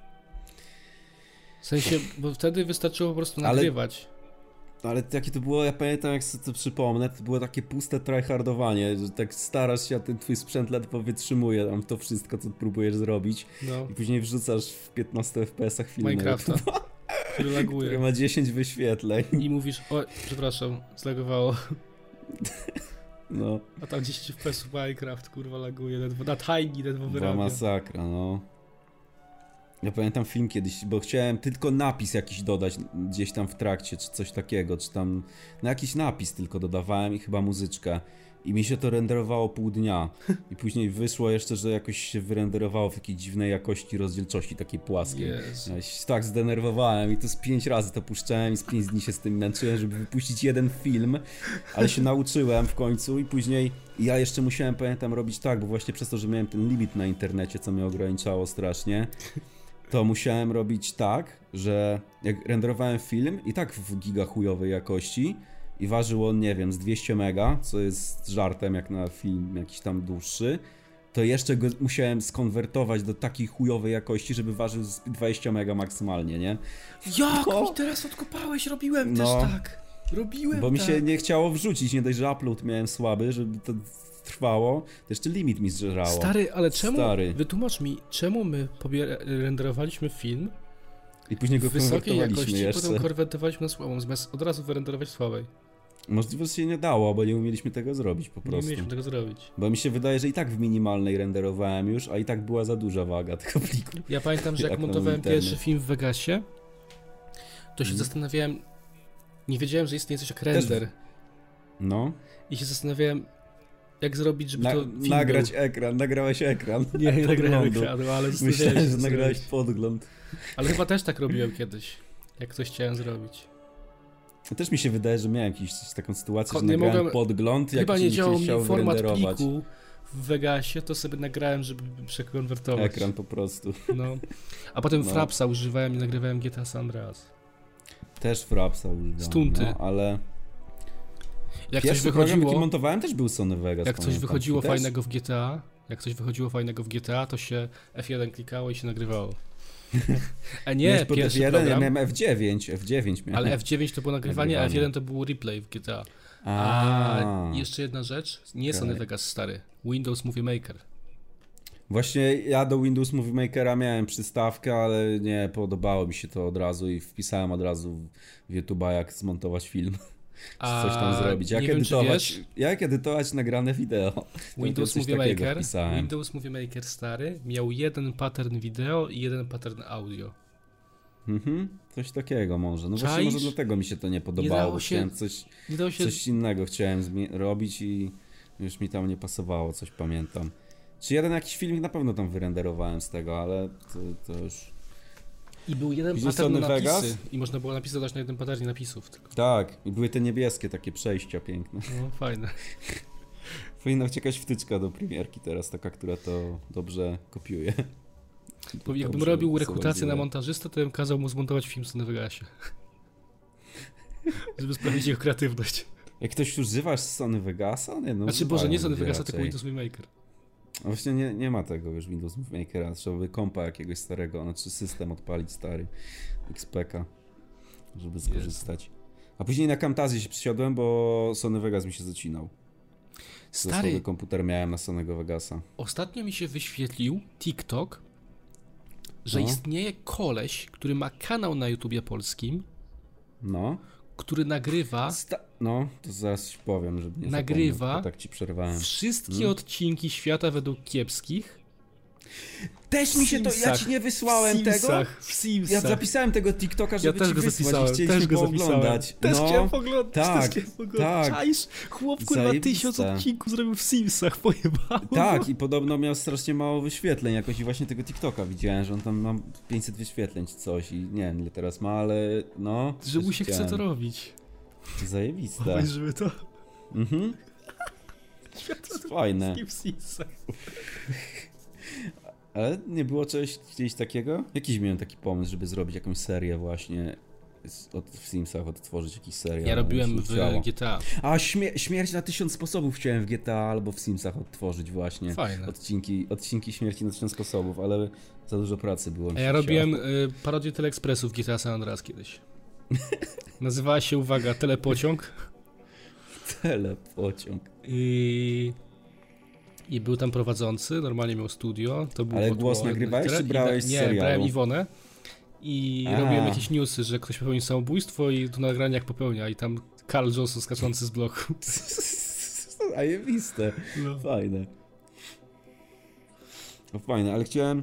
W sensie, bo wtedy wystarczyło po prostu nagrywać. Ale jakie to było, ja pamiętam, jak sobie to przypomnę, to było takie puste tryhardowanie, że tak starasz się, a ten twój sprzęt ledwo wytrzymuje tam to wszystko, co próbujesz zrobić. No. I później wrzucasz w 15 FPS-ach film Minecrafta, który laguje. Który ma 10 wyświetleń. I mówisz, o, przepraszam, zlagowało. No. A tam 10 FPS Minecraft, kurwa, laguje, na tiny ledwo wyrabia. Masakra, no. Ja pamiętam film kiedyś, bo chciałem tylko napis jakiś dodać gdzieś tam w trakcie, czy coś takiego, czy tam... No jakiś napis tylko dodawałem i chyba muzyczkę. I mi się to renderowało pół dnia. I później wyszło jeszcze, że jakoś się wyrenderowało w takiej dziwnej jakości rozdzielczości, takiej płaskiej. Ja się tak zdenerwowałem i to z 5 razy to puszczałem i z 5 dni się z tym męczyłem, żeby wypuścić jeden film, ale się nauczyłem w końcu i później ja jeszcze musiałem, pamiętam, robić tak, bo właśnie przez to, że miałem ten limit na internecie, co mnie ograniczało strasznie, to musiałem robić tak, że jak renderowałem film i tak w giga chujowej jakości, i ważył on, nie wiem, z 200 mega, co jest żartem jak na film jakiś tam dłuższy, to jeszcze go musiałem skonwertować do takiej chujowej jakości, żeby ważył z 20 mega maksymalnie, nie? Jak mi teraz odkopałeś? Robiłem też tak. Bo mi się nie chciało wrzucić, nie dość, że upload miałem słaby, żeby to trwało, to jeszcze limit mi zżerało. Stary, ale czemu, wytłumacz mi, czemu my renderowaliśmy film i później go w wysokiej jakości, jeszcze. potem konwertowaliśmy na słabą, zamiast od razu wyrenderować słabej. Możliwe, że się nie dało, bo nie umieliśmy tego zrobić po prostu. Nie umieliśmy tego zrobić. Bo mi się wydaje, że i tak w minimalnej renderowałem już, a i tak była za duża waga tego pliku. Ja pamiętam, że jak montowałem pierwszy film w Vegasie, to się zastanawiałem, nie wiedziałem, że istnieje coś jak render. No. I się zastanawiałem, jak zrobić, żeby to film nagrać był. ekran, nagrałeś ekran. Nie nagrałem ekranu, ale myślałem, że nagrałeś podgląd. Ale chyba też tak robiłem kiedyś, jak coś chciałem zrobić. Też mi się wydaje, że miałem taką sytuację, że nagrałem podgląd, jak chyba nie działał mi format renderować. pliku w Vegasie, to sobie nagrałem, żeby przekonwertować. Ekran po prostu. No. A potem Frapsa używałem i nagrywałem GTA San Andreas. Też Frapsa używałem. Stunty. No, ale... Jak coś wychodziło, jaki montowałem, też był Sony Vegas. Jak coś wychodziło fajnego w GTA, to się F1 klikało i się nagrywało. A nie, pierwszy F1, program. Ja miałem F9 miałem. Ale F9 to było nagrywanie, a F1 to był replay w GTA. A jeszcze jedna rzecz, nie Sony Vegas stary, Windows Movie Maker. Właśnie ja do Windows Movie Makera miałem przystawkę, ale nie podobało mi się to od razu i wpisałem od razu w YouTube'a, jak zmontować film. Coś tam zrobić. Jak edytować nagrane wideo. Windows Movie Maker stary miał jeden pattern wideo i jeden pattern audio. Coś takiego może. No właśnie może dlatego mi się to nie podobało, bo chciałem coś innego chciałem robić i już mi tam nie pasowało, coś pamiętam. Czy jeden jakiś filmik na pewno tam wyrenderowałem z tego, ale to już... I był jeden pattern na napisy i można było napisy dać na jednym patternie napisów. Tylko. Tak, i były te niebieskie takie przejścia piękne. No, fajne. Powinna być jakaś wtyczka do premierki teraz, taka, która to dobrze kopiuje. Jakbym robił rekrutację na montażystę, to bym kazał mu zmontować film w Sony Vegasie. Żeby sprawdzić jego kreatywność. Jak ktoś używasz Sony Vegasa? Nie Sony Vegasa, tylko Windows Movie Maker. No właśnie nie ma tego już Windows Movie Makera, trzeba by kompa jakiegoś starego, znaczy system odpalić stary, XPK, żeby skorzystać. A później na Camtasię się przysiadłem, bo Sony Vegas mi się zacinał. Stary komputer miałem na Sonego Vegasa. Ostatnio mi się wyświetlił TikTok, że istnieje koleś, który ma kanał na YouTubie polskim, który nagrywa... to zaraz ci powiem, żeby nie nagrywa tak ci przerwałem. Wszystkie odcinki Świata według kiepskich. Też mi się to... Ja ci nie wysłałem tego. W Simsach. Ja zapisałem tego TikToka, żeby ja ci wysłać i chcieliśmy pooglądać. Też chciałem poglądać. Tak. Czaisz? Chłop, kurwa, 1000 odcinków zrobił w Simsach, pojebało. Tak, i podobno miał strasznie mało wyświetleń jakoś i właśnie tego TikToka widziałem, że on tam ma 500 wyświetleń czy coś i nie wiem ile teraz ma, ale że mu się chce to robić. Zajebiste. Żeby to... Fajne. W Simsach. Ale nie było czegoś gdzieś takiego? Jakiś miałem taki pomysł, żeby zrobić jakąś serię właśnie w Simsach, odtworzyć jakiś serial. Ja robiłem w GTA. A śmierć na 1000 sposobów chciałem w GTA albo w Simsach odtworzyć właśnie. Fajne. Odcinki śmierci na 1000 sposobów, ale za dużo pracy było. Ja robiłem parodię Teleekspresu w GTA San Andreas kiedyś. Nazywała się, uwaga, Telepociąg. Telepociąg. I był tam prowadzący, normalnie miał studio. To był ale głos nagrywałeś, czy brałeś z serialu? Nie, brałem Iwonę i robiłem jakieś newsy, że ktoś popełnił samobójstwo i tu nagranie jak popełnia i tam Carl Johnson skaczący z bloku. Zajebiste. Fajne. Fajne, ale chciałem...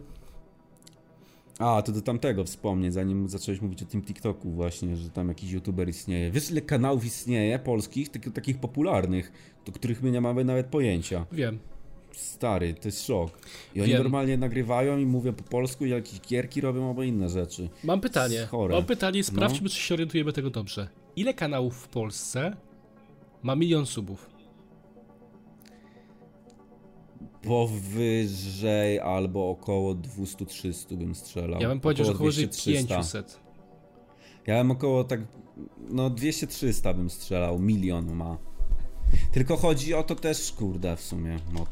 to do tamtego wspomnieć, zanim zacząłeś mówić o tym TikToku właśnie, że tam jakiś youtuber istnieje. Wiesz, ile kanałów istnieje polskich, takich popularnych, do których my nie mamy nawet pojęcia. Wiem. Stary, to jest szok. I oni normalnie nagrywają i mówią po polsku i jakieś gierki robią albo inne rzeczy. Mam pytanie, sprawdźmy, czy się orientujemy tego dobrze. Ile kanałów w Polsce ma 1 000 000 subów? Powyżej albo około 200-300 bym strzelał. Ja bym powiedział, że około 500. Ja mam około tak no 200-300 bym strzelał, 1 milion ma. Tylko chodzi o to też, kurde, w sumie. No.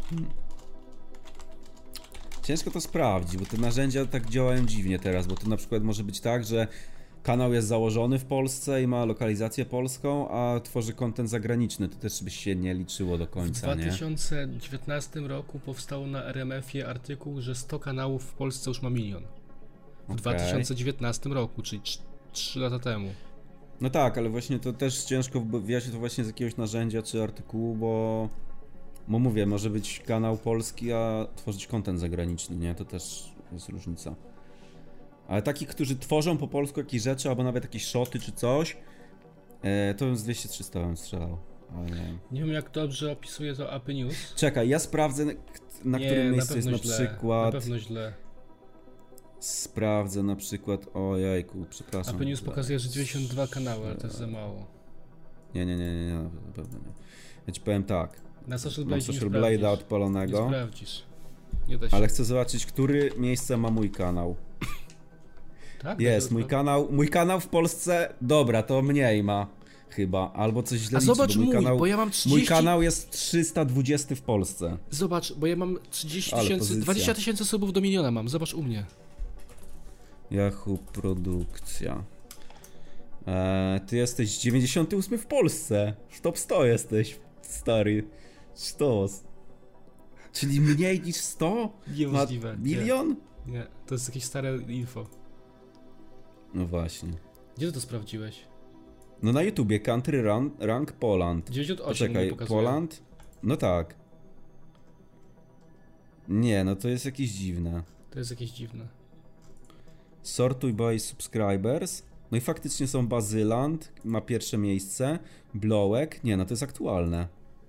Ciężko to sprawdzić, bo te narzędzia tak działają dziwnie teraz, bo to na przykład może być tak, że kanał jest założony w Polsce i ma lokalizację polską, a tworzy content zagraniczny. To też by się nie liczyło do końca, w 2019 roku powstał na RMF-ie artykuł, że 100 kanałów w Polsce już ma 1 milion. W 2019 roku, czyli 3 lata temu. No tak, ale właśnie to też ciężko wyjaśnić to właśnie z jakiegoś narzędzia czy artykułu, bo mówię, może być kanał polski, a tworzyć content zagraniczny, nie? To też jest różnica. Ale takich, którzy tworzą po polsku jakieś rzeczy, albo nawet jakieś shoty czy coś, to bym z 200-300 bym strzelał. Ale nie wiem, jak dobrze opisuje to AP News. Czekaj, ja sprawdzę, na którym miejscu jest na przykład... Na pewno źle. Sprawdzę na przykład... Ojejku, przepraszam. AP News pokazuje, że 92 kanały, ale to jest za mało. Nie, na pewno nie. Ja ci powiem tak. Na Social Blade'a odpalonego. Nie sprawdzisz. Nie da się. Ale chcę zobaczyć, który miejsce ma mój kanał. Tak? Jest, mój kanał w Polsce, dobra, to mniej ma chyba, albo coś źle liczy, zobacz bo ja mam 30... Mój kanał jest 320 w Polsce. Zobacz, bo ja mam 30 000, 20 000 subów do 1 miliona mam, zobacz u mnie. Yahoo Produkcja. Ty jesteś 98 w Polsce, w top 100 jesteś, stary, sztos. Czyli mniej niż 100? Niemożliwe. Milion? Nie, to jest jakieś stare info. No właśnie. Gdzie ty to sprawdziłeś? No na YouTubie, Country Rank Poland. 98 Poczekaj, Poland? No tak. Nie, no to jest jakieś dziwne. To jest jakieś dziwne. Sortuj by subscribers. No i faktycznie są Bazyland, ma pierwsze miejsce. Blowek, nie, no to jest aktualne.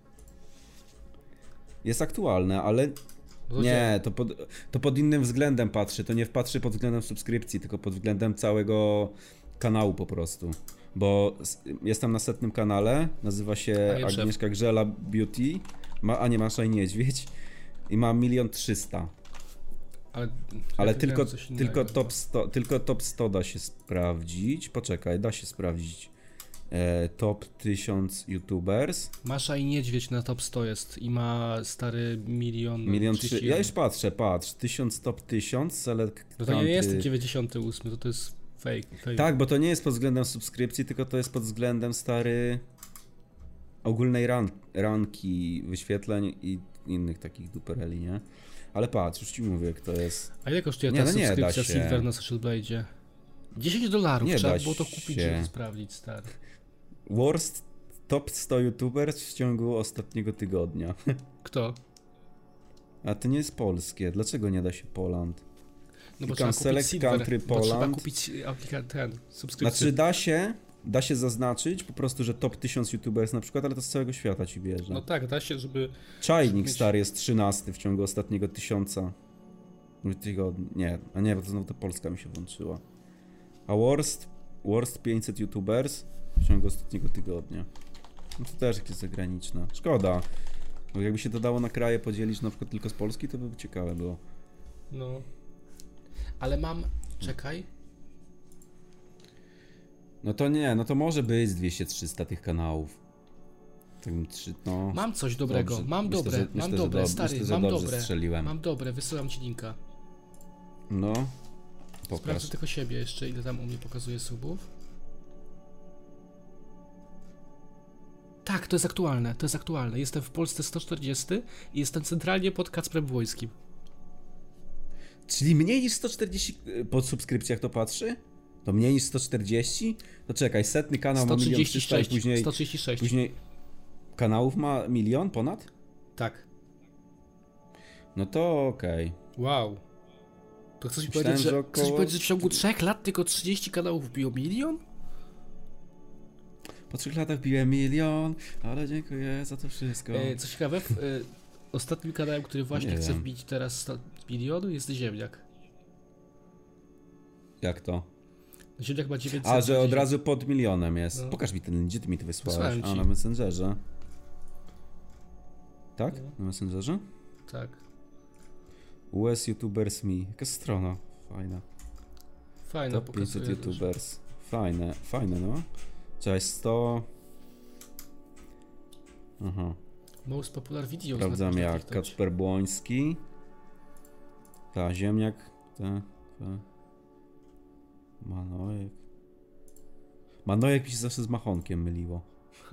Jest aktualne, ale... Nie, to pod innym względem patrzy, to nie patrzy pod względem subskrypcji, tylko pod względem całego kanału po prostu. Bo jestem na 100. kanale, nazywa się Agnieszka Grzela Beauty, a nie Masza i Niedźwiedź i ma 1 300 000. Ale tylko top 100 da się sprawdzić, poczekaj, da się sprawdzić. Top 1000 YouTubers. Masza i Niedźwiedź na top 100 jest i ma stary 1 300 000. Ja już patrz, 1000 top 1000, ale... No to nie jest 98, to jest fake. Tak, bo to nie jest pod względem subskrypcji, tylko to jest pod względem stary ogólnej ranki wyświetleń i innych takich dupereli, nie? Ale patrz, już ci mówię, kto jest... A ile kosztuje ta subskrypcja Silver na Social Blade'zie? $10 trzeba było to kupić, żeby sprawdzić, stary. Worst top 100 YouTubers w ciągu ostatniego tygodnia. Kto? A to nie jest polskie. Dlaczego nie da się Poland? No bo trzeba kupić Silver, Country Poland. Trzeba kupić subskrypcję. Znaczy da się zaznaczyć po prostu, że top 1000 YouTubers na przykład, ale to z całego świata ci bierze. No tak, da się, żeby... Czajnik stary jest 13 w ciągu ostatniego 1000 tygodni. Nie, bo to znowu to Polska mi się włączyła. A worst 500 YouTubers w ciągu ostatniego tygodnia. No to też jakieś zagraniczne. Szkoda. Bo jakby się to dało na kraje podzielić na przykład tylko z Polski, to by ciekawe było. No. Ale mam... Czekaj. No to nie, no to może być 200-300 tych kanałów. Mam coś dobrego. Dobrze. Mam dobre, stary, mam dobre. Strzeliłem. Mam dobre, wysyłam ci linka. No. Pokaż. Sprawdzę tylko siebie jeszcze, ile tam u mnie pokazuje subów. Tak, to jest aktualne. Jestem w Polsce 140 i jestem centralnie pod Kacprem Wojskim. Czyli mniej niż 140 po subskrypcjach to patrzy? To mniej niż 140? To czekaj, 100. kanał 136, ma 1 później... 136. Później kanałów ma 1 milion ponad? Tak. No to okej. Wow. To chcesz mi powiedzieć, że w ciągu 3 lat tylko 30 kanałów wbiło 1 milion? Po 3 latach wbiłem 1 milion, ale dziękuję za to wszystko. Co ciekawe, ostatnim kanałem, który właśnie chce wbić teraz 100 milionów jest Ziemniak. Jak to? Ziemniak ma 900. A, że od razu pod 1 milionem jest. No. Pokaż mi ten, gdzie ty mi to wysłałeś? A, na Messengerze. Tak? No. Na Messengerze? Tak. US YouTubers Me. Jaka strona? Fajna. Fajna, Top 500 YouTubers. Fajne, no. Cześć, 100... Aha. Most popular videos. Sprawdzam jak Kacper Błoński. Ta, Ziemniak. Ta. Manojek. Manojek mi się zawsze z Machonkiem myliło.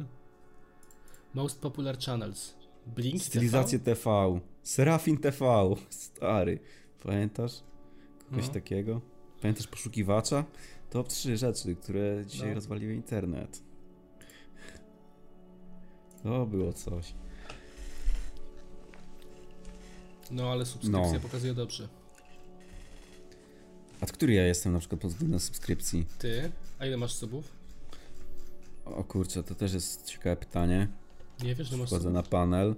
Most popular channels. Blink Stylizacje TV. Serafin TV. Stary. Pamiętasz? Kogoś takiego? Pamiętasz poszukiwacza? Top 3 rzeczy, które dzisiaj rozwaliły internet. To było coś. No, ale subskrypcja pokazuje dobrze. A który ja jestem na przykład pod względem subskrypcji? Ty? A ile masz subów? O kurczę, to też jest ciekawe pytanie. Nie wiesz, że masz Wchodzę na panel.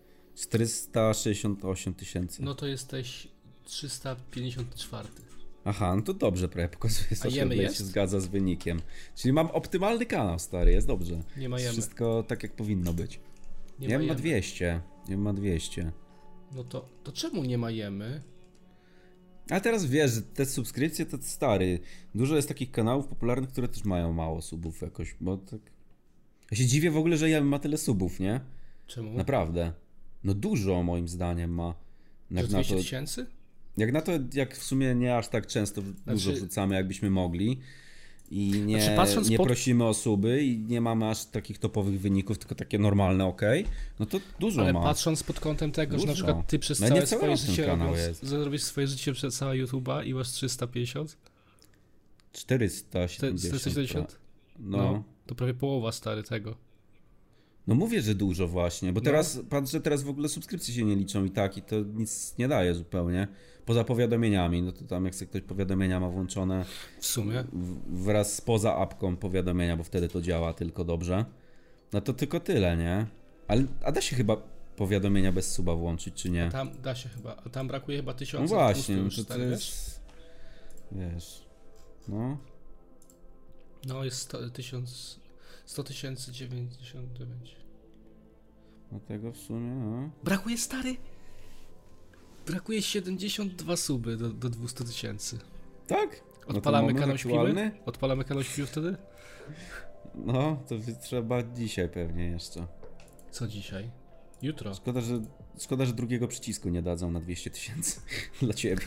468 000. No to jesteś 354. Aha, no to dobrze, prawie pokazuje, A jemy się zgadza z wynikiem. Czyli mam optymalny kanał, stary, jest dobrze. Nie ma jemy. Wszystko tak jak powinno być. Nie ma 200. Nie ma 200. No to czemu nie ma jemy? A teraz wiesz, że te subskrypcje to stary. Dużo jest takich kanałów popularnych, które też mają mało subów jakoś, bo tak... Ja się dziwię w ogóle, że Jemy ma tyle subów, nie? Czemu? Naprawdę. No dużo moim zdaniem ma. Jak 200 000? Jak na to, jak w sumie nie aż tak często dużo wrzucamy, jakbyśmy mogli. I nie prosimy o suby i nie mamy aż takich topowych wyników, tylko takie normalne, no to dużo ma. Ale patrząc pod kątem tego, że na przykład ty przez całe swoje życie zrobisz swoje życie przez całe YouTube'a i masz 350? 470. 470? No. To prawie połowa, stary, tego. No mówię, że dużo właśnie, bo teraz patrz, że teraz w ogóle subskrypcje się nie liczą i to nic nie daje zupełnie. Poza powiadomieniami, no to tam jak sobie ktoś powiadomienia ma włączone w sumie wraz z poza apką powiadomienia, bo wtedy to działa tylko dobrze. No to tylko tyle, nie? A da się chyba powiadomienia bez suba włączyć, czy nie? A tam da się chyba, a tam brakuje chyba 1000. No właśnie, już, to jest... Wiesz... No... No jest 100 099. No tego w sumie, no. Brakuje, stary? Brakuje 72 suby do 200 000. Tak? Odpalamy kanał Śpimy? Odpalamy kanał Śpimy wtedy? No, to trzeba dzisiaj pewnie jeszcze. Co dzisiaj? Jutro. Szkoda, że drugiego przycisku nie dadzą na 200 000 dla ciebie.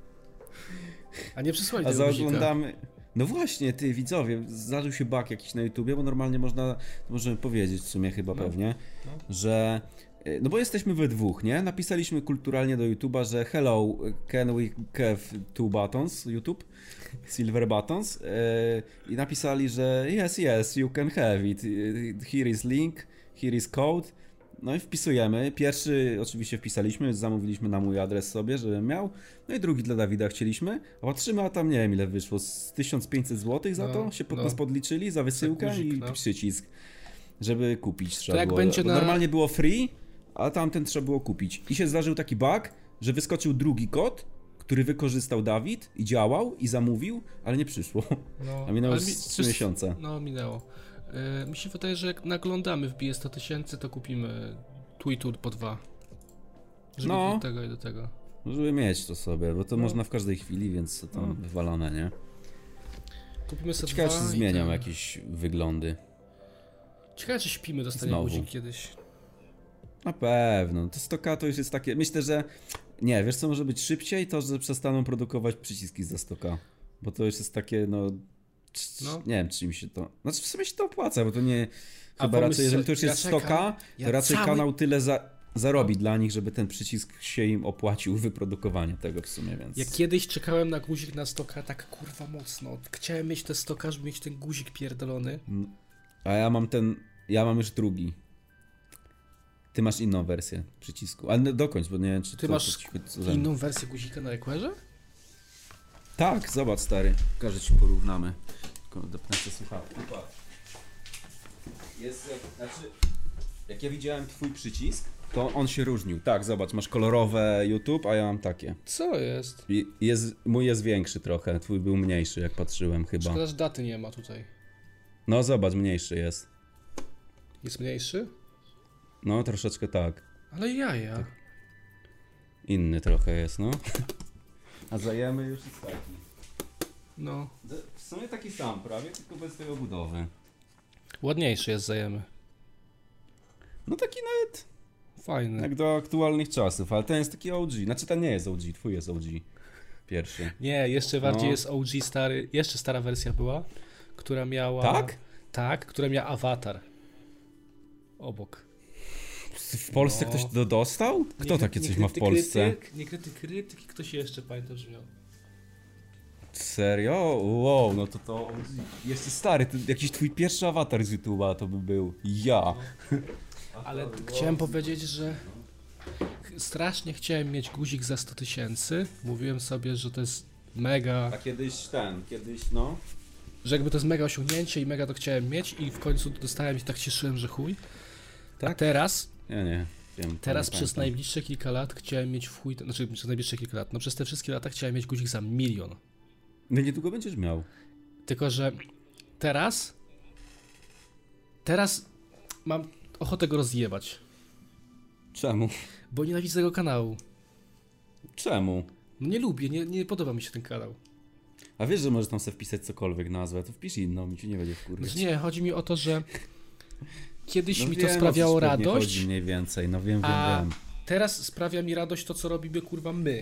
A nie przysłali tego zaoglądamy... No właśnie, ty widzowie, zdarzył się bug jakiś na YouTubie, bo normalnie możemy powiedzieć w sumie chyba pewnie, że... No bo jesteśmy we dwóch, nie? Napisaliśmy kulturalnie do YouTube'a, że hello, can we have 2 buttons, YouTube? Silver buttons. I napisali, że yes, you can have it. Here is link, here is code. No i wpisujemy. Pierwszy oczywiście wpisaliśmy, zamówiliśmy na mój adres sobie, żebym miał. No i drugi dla Dawida chcieliśmy. A patrzymy, a tam nie wiem ile wyszło. Z 1500 zł za to się nas podliczyli, za wysyłkę guzik, i przycisk, żeby kupić trzeba było. Normalnie było free, a tamten trzeba było kupić. I się zdarzył taki bug, że wyskoczył drugi kod, który wykorzystał Dawid i działał i zamówił, ale nie przyszło. A minęło 3 miesiące. No, minęło. Mi się wydaje, że jak naglądamy, wbije 100 000, to kupimy tu i tu po 2. Żeby do tego i do tego. Żeby mieć to sobie, bo to można w każdej chwili, więc to tam wywalone, nie? Kupimy sobie ciekawe, czy zmienią jakieś wyglądy. Ciekawe, czy Śpimy dostanie guzik kiedyś. Na pewno. To 100K to już jest takie... Myślę, że... Nie, wiesz co może być szybciej? To, że przestaną produkować przyciski za 100K. Bo to już jest takie, nie wiem, czy mi się to... Znaczy w sumie się to opłaca, bo to nie... Chyba raczej, jeżeli to już jest 100K, to raczej kanał tyle zarobi dla nich, żeby ten przycisk się im opłacił, wyprodukowanie tego w sumie, więc... Ja kiedyś czekałem na guzik na 100K tak kurwa mocno. Chciałem mieć te 100K, żeby mieć ten guzik pierdolony. A ja mam już drugi. Ty masz inną wersję przycisku, ale dokończ, bo nie wiem, czy ty masz inną wersję guzika na Requerze? Tak, zobacz stary, pokażę ci, porównamy. Tylko dopnę słuchawki. Jest, jak ja widziałem twój przycisk, to on się różnił. Tak, zobacz, masz kolorowe YouTube, a ja mam takie. Co jest? Mój jest większy trochę, twój był mniejszy, jak patrzyłem chyba. Szkoda, że daty nie ma tutaj. No zobacz, mniejszy jest. Jest mniejszy? No, troszeczkę tak. Ale jaja. Tak. Inny trochę jest, no. A zajemy już jest taki. No. W sumie taki sam prawie, tylko bez tej obudowy. Ładniejszy jest, zajemy. No taki nawet... Fajny. Jak do aktualnych czasów, ale ten jest taki OG. Znaczy ten nie jest OG, twój jest OG. Pierwszy. Nie, jeszcze bardziej jest OG stary, jeszcze stara wersja była, która miała... Tak? Tak, która miała awatar. Obok. W Polsce ktoś to dostał? Kto takie coś ma w Polsce? Krytyk i ktoś jeszcze, pamiętam, że miał. Serio? Wow, no to jeszcze stary, jakiś twój pierwszy awatar z YouTube'a to by był. Ja. Ale chciałem powiedzieć, że strasznie chciałem mieć guzik za 100 000. Mówiłem sobie, że to jest mega... A kiedyś no. Że jakby to jest mega osiągnięcie i mega to chciałem mieć i w końcu dostałem i tak cieszyłem, że chuj. Tak? A teraz... Ja nie wiem. Teraz przez najbliższe kilka lat chciałem mieć w chuj... Znaczy przez najbliższe kilka lat, no przez te wszystkie lata chciałem mieć guzik za 1 000 000. No niedługo będziesz miał. Tylko, że teraz mam ochotę go rozjebać. Czemu? Bo nienawidzę tego kanału. Czemu? No nie lubię, nie podoba mi się ten kanał. A wiesz, że możesz tam sobie wpisać cokolwiek nazwę, to wpisz inną, mi ci nie będzie wkurwiać. Nie, chodzi mi o to, że kiedyś mi wiem, to sprawiało radość, chodzi mniej więcej, no wiem. teraz sprawia mi radość to, co robimy, kurwa, my.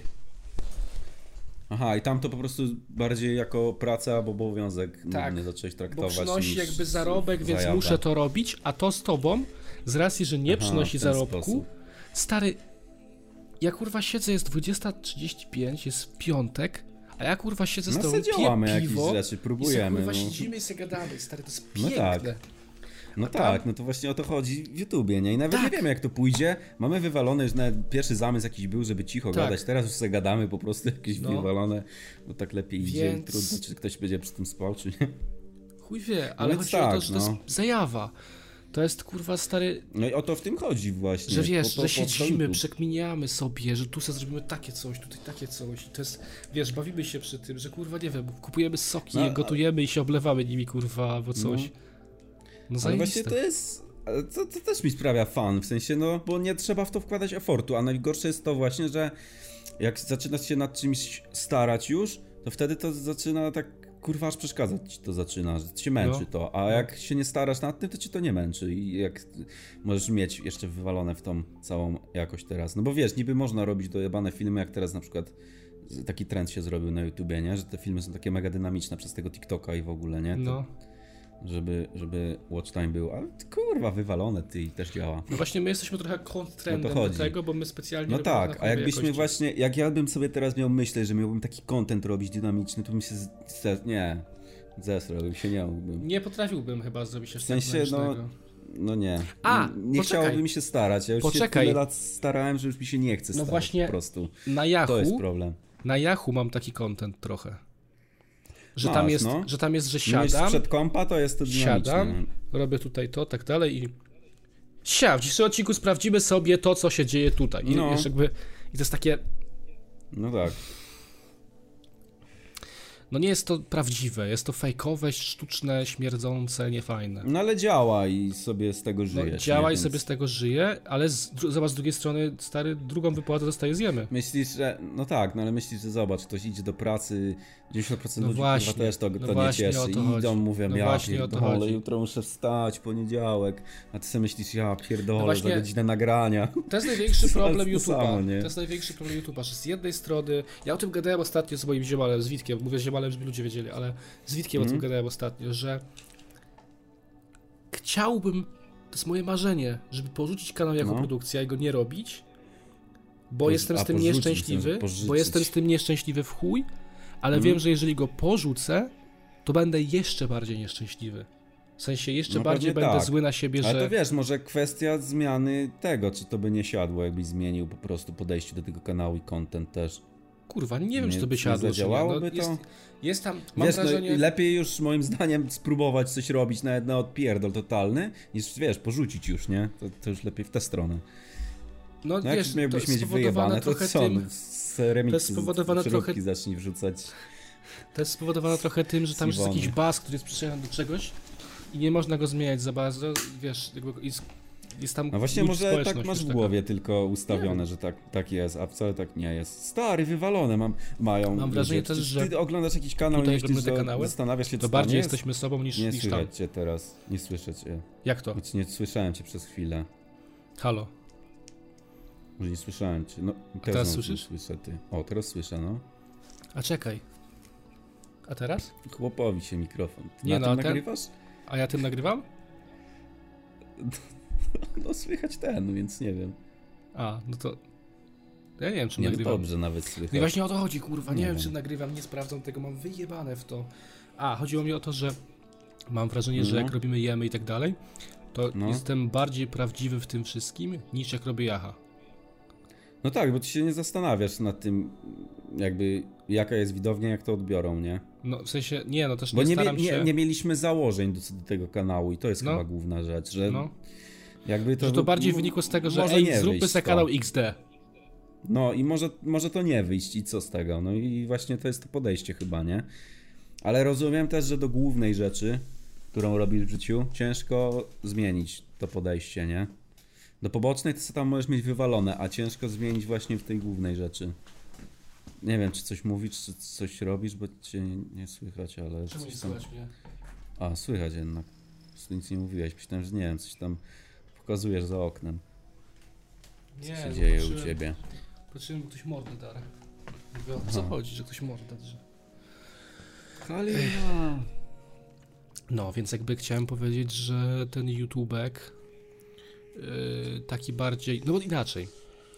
Aha, i tam to po prostu bardziej jako praca albo obowiązek tak, zacząłeś traktować. Bo przynosi jakby zarobek, więc muszę to robić, a to z tobą, z racji, że nie przynosi zarobku, sposób. Stary, ja kurwa siedzę, jest 20:35, jest piątek, a ja kurwa siedzę z tobą, piję piwo jakieś rzeczy, próbujemy. I kurwa siedzimy i sobie gadamy, stary, to jest piękne. No tak, no to właśnie o to chodzi w YouTubie, nie? I nawet nie wiemy jak to pójdzie, mamy wywalone, już nawet pierwszy zamysł jakiś był, żeby cicho gadać, teraz już sobie gadamy po prostu jakieś wywalone, bo tak lepiej idzie, trudno, czy ktoś będzie przy tym spał, czy nie. Chuj wie, ale chodzi o to, że to jest zajawa. To jest kurwa stary... No i o to w tym chodzi właśnie. Że wiesz, że siedzimy, przekminiamy sobie, że tu sobie zrobimy takie coś, tutaj takie coś i to jest, wiesz, bawimy się przy tym, że kurwa, nie wiem, kupujemy soki, gotujemy i się oblewamy nimi kurwa, albo coś. No ale właśnie to jest... To też mi sprawia fan, w sensie, no, bo nie trzeba w to wkładać efortu, a najgorsze jest to właśnie, że jak zaczynasz się nad czymś starać już, to wtedy to zaczyna tak, kurwa, aż przeszkadzać ci to zaczyna, że cię męczy to, a jak się nie starasz nad tym, to ci to nie męczy i jak możesz mieć jeszcze wywalone w tą całą jakość teraz, no bo wiesz, niby można robić dojebane filmy, jak teraz na przykład taki trend się zrobił na YouTubie, nie, że te filmy są takie mega dynamiczne przez tego TikToka i w ogóle, nie, to... Żeby watch time był, ale kurwa wywalone i też działa. No właśnie my jesteśmy trochę kontrtrendem do tego, bo my specjalnie... No tak, a jakbyśmy jakości. Właśnie, jak ja bym sobie teraz miał myśleć, że miałbym taki content robić dynamiczny, to bym się zesrał, się nie mógłbym. Nie potrafiłbym chyba zrobić jeszcze w sensie, no nie. Nie chciałoby mi się starać, ja już się tyle lat starałem, że już mi się nie chce starać właśnie po prostu. Na Yahoo, to jest problem. Na Yahoo mam taki content trochę. Że tam jest, że siadam. Przed kompa to jest to dynamiczne. Siadam, robię tutaj to, tak dalej i w dzisiejszym odcinku sprawdzimy sobie to, co się dzieje tutaj. I to jest takie... No tak. No nie jest to prawdziwe, jest to fejkowe, sztuczne, śmierdzące, niefajne. No ale działa i sobie z tego żyjesz. No, działa i sobie z tego żyje, ale zobacz, z drugiej strony, stary, drugą wypłatę dostaje zjemy. Myślisz, że... No tak, no ale myślisz, że zobacz, ktoś idzie do pracy, 90% ludzi właśnie, też to nie cieszy. I idą, mówią, ja pierdolę, jutro muszę wstać, poniedziałek. A ty sobie myślisz, ja pierdolę, za godzinę nagrania. To jest największy problem YouTube'a. To jest największy problem YouTube'a, że z jednej strony... Ja o tym gadałem ostatnio z moim ziomalem, z Witkiem, mówię ziomalem, żeby ludzie wiedzieli, ale z Witkiem o tym gadałem ostatnio, że chciałbym, to jest moje marzenie, żeby porzucić kanał jako produkcja i go nie robić, bo jestem z tym nieszczęśliwy, w chuj, ale wiem, że jeżeli go porzucę, to będę jeszcze bardziej nieszczęśliwy. W sensie jeszcze bardziej będę zły na siebie, że... Ale to wiesz, może kwestia zmiany tego, czy to by nie siadło, jakbyś zmienił po prostu podejście do tego kanału i content też. Kurwa, nie wiem, czy to by siadło, zadziałałoby to? Jest tam, mam wrażenie... No, lepiej już moim zdaniem spróbować coś robić nawet na odpierdol totalny, niż wiesz, porzucić już, nie? To już lepiej w tę stronę. No wiesz, jak miałbyś mieć wyjebane, to co? Z remixu przeróbki zacznij wrzucać. To jest spowodowane trochę tym, że tam jest jakiś bas, który jest przyczyniony do czegoś i nie można go zmieniać za bardzo, wiesz, jest tam. No właśnie, może tak masz w głowie tylko ustawione, że tak jest, a wcale tak nie jest. Stary, wywalone mają. Mam wrażenie też, że ty oglądasz jakiś kanał i myślisz, że zastanawiasz się, to bardziej jesteśmy sobą niż nie tam. słychać cię teraz, nie słyszę cię. Jak to? Znaczy, nie słyszałem cię przez chwilę. Halo. Może nie słyszałem cię. No, teraz słyszysz? Słyszę ty. O, teraz słyszę, no. A czekaj. A teraz? Chłopowi się mikrofon. Ty nie, na tym nagrywasz? A ja tym nagrywam? No słychać ten, więc nie wiem. A, no to... Ja nie wiem, czy nie, nagrywam. Dobrze nawet słychać. No i właśnie o to chodzi, kurwa. Nie wiem, czy nagrywam, nie sprawdzam tego, mam wyjebane w to. A, chodziło mi o to, że mam wrażenie, że jak robimy jemy i tak dalej, to jestem bardziej prawdziwy w tym wszystkim, niż jak robię jaha. No tak, bo ty się nie zastanawiasz nad tym, jakby jaka jest widownia, jak to odbiorą, nie? No w sensie, nie, no też bo nie staram się... nie mieliśmy założeń do tego kanału i to jest chyba główna rzecz, że jakby to... Że to bardziej wynikło z tego, że ej, zróbmy sobie kanał XD. No i może to nie wyjść i co z tego, no i właśnie to jest to podejście chyba, nie? Ale rozumiem też, że do głównej rzeczy, którą robisz w życiu, ciężko zmienić to podejście, nie? Do pobocznej to co tam możesz mieć wywalone, a ciężko zmienić właśnie w tej głównej rzeczy. Nie wiem, czy coś mówisz, czy coś robisz, bo cię nie słychać, ale... Czemu nie słychać mnie? A, słychać jednak. Nic nie mówiłeś, myślałem, że nie wiem, coś tam pokazujesz za oknem. Co się dzieje u ciebie? Patrzyłem, że ktoś mordę darł. Mówię, o co chodzi, że ktoś mordę darze? Kalina! No, więc jakby chciałem powiedzieć, że ten YouTubek taki bardziej, no bo inaczej.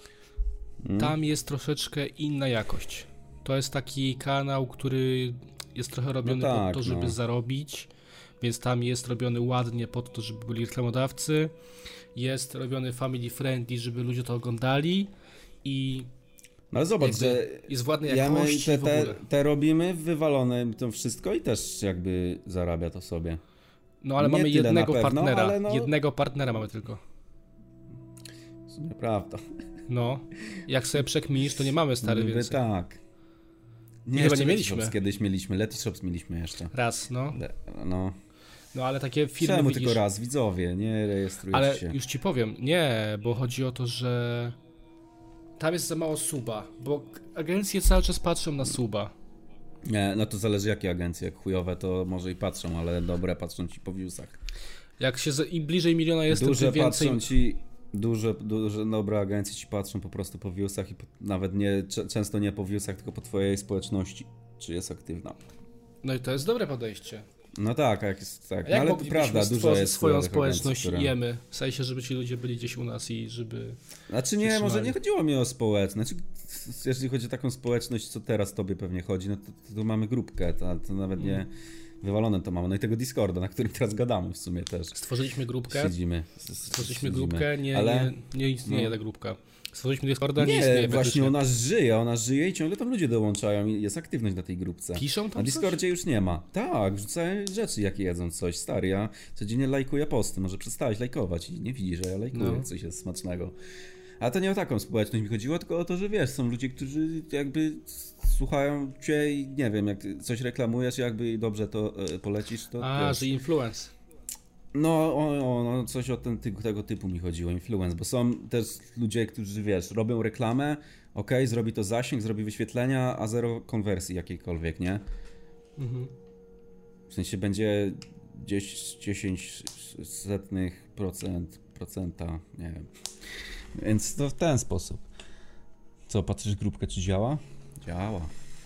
Tam jest troszeczkę inna jakość. To jest taki kanał, który jest trochę robiony po to, żeby zarobić, więc tam jest robiony ładnie po to, żeby byli reklamodawcy. Jest robiony family friendly, żeby ludzie to oglądali i ale zobacz, że jest w ładnej jakości te robimy wywalone to wszystko i też jakby zarabia to sobie. No ale mamy jednego partnera. Jednego partnera mamy tylko. Nieprawda. No, jak sobie przekminisz, to nie mamy stary więcej. Tak. Nie, chyba nie mieliśmy. Kiedyś mieliśmy, Letyshops mieliśmy jeszcze. Raz, no. No ale takie firmy czemu tylko raz, widzowie, nie rejestrujecie się. Ale już ci powiem, nie, bo chodzi o to, że tam jest za mało suba, bo agencje cały czas patrzą na suba. Nie, no to zależy jakie agencje, jak chujowe to może i patrzą, ale dobre patrzą ci po viewsach. Jak się im bliżej miliona jest, tym więcej... patrzą ci... Duże dobre agencje ci patrzą po prostu po viewsach i nawet często nie po viewsach, tylko po twojej społeczności, czy jest aktywna. No i to jest dobre podejście. No tak, jak jest tak. No ale to prawda, dużo jest swoją społeczność agencji, jemy. W sensie, żeby ci ludzie byli gdzieś u nas i żeby... Znaczy nie, może nie chodziło mi o społeczność. Znaczy, jeżeli chodzi o taką społeczność, co teraz tobie pewnie chodzi, no to mamy grupkę, to nawet nie... Wywalone to mamy. No i tego Discorda, na którym teraz gadamy w sumie też. Stworzyliśmy grupkę. Stworzyliśmy grupkę, nie istnieje ta grupka. Stworzyliśmy Discorda, nie istnieje. Właśnie ona żyje i ciągle tam ludzie dołączają i jest aktywność na tej grupce. Piszą tam na Discordzie coś? Już nie ma. Tak, wrzucają rzeczy, jakie jedzą coś. Stary, ja codziennie lajkuję posty, może przestałeś lajkować i nie widzisz, że ja lajkuję, jak coś jest smacznego. A to nie o taką społeczność mi chodziło, tylko o to, że wiesz, są ludzie, którzy jakby słuchają cię i nie wiem, jak coś reklamujesz, jakby dobrze to polecisz, to że influence. No, coś o tego typu mi chodziło, influence, bo są też ludzie, którzy wiesz, robią reklamę, zrobi to zasięg, zrobi wyświetlenia, a zero konwersji jakiejkolwiek, nie? W sensie będzie 0,10%, nie wiem. Więc to w ten sposób. Co, patrzysz grupkę, czy działa? Działa.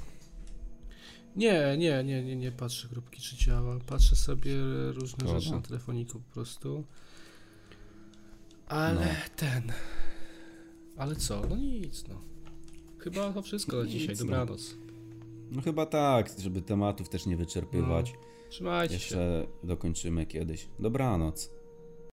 Nie patrzę grupki, czy działa. Patrzę sobie różne rzeczy na telefoniku po prostu. Ale Ale co? No nic, no. Chyba to wszystko na dzisiaj. Dobranoc. No chyba tak, żeby tematów też nie wyczerpywać. Trzymajcie się. Jeszcze dokończymy kiedyś. Dobranoc.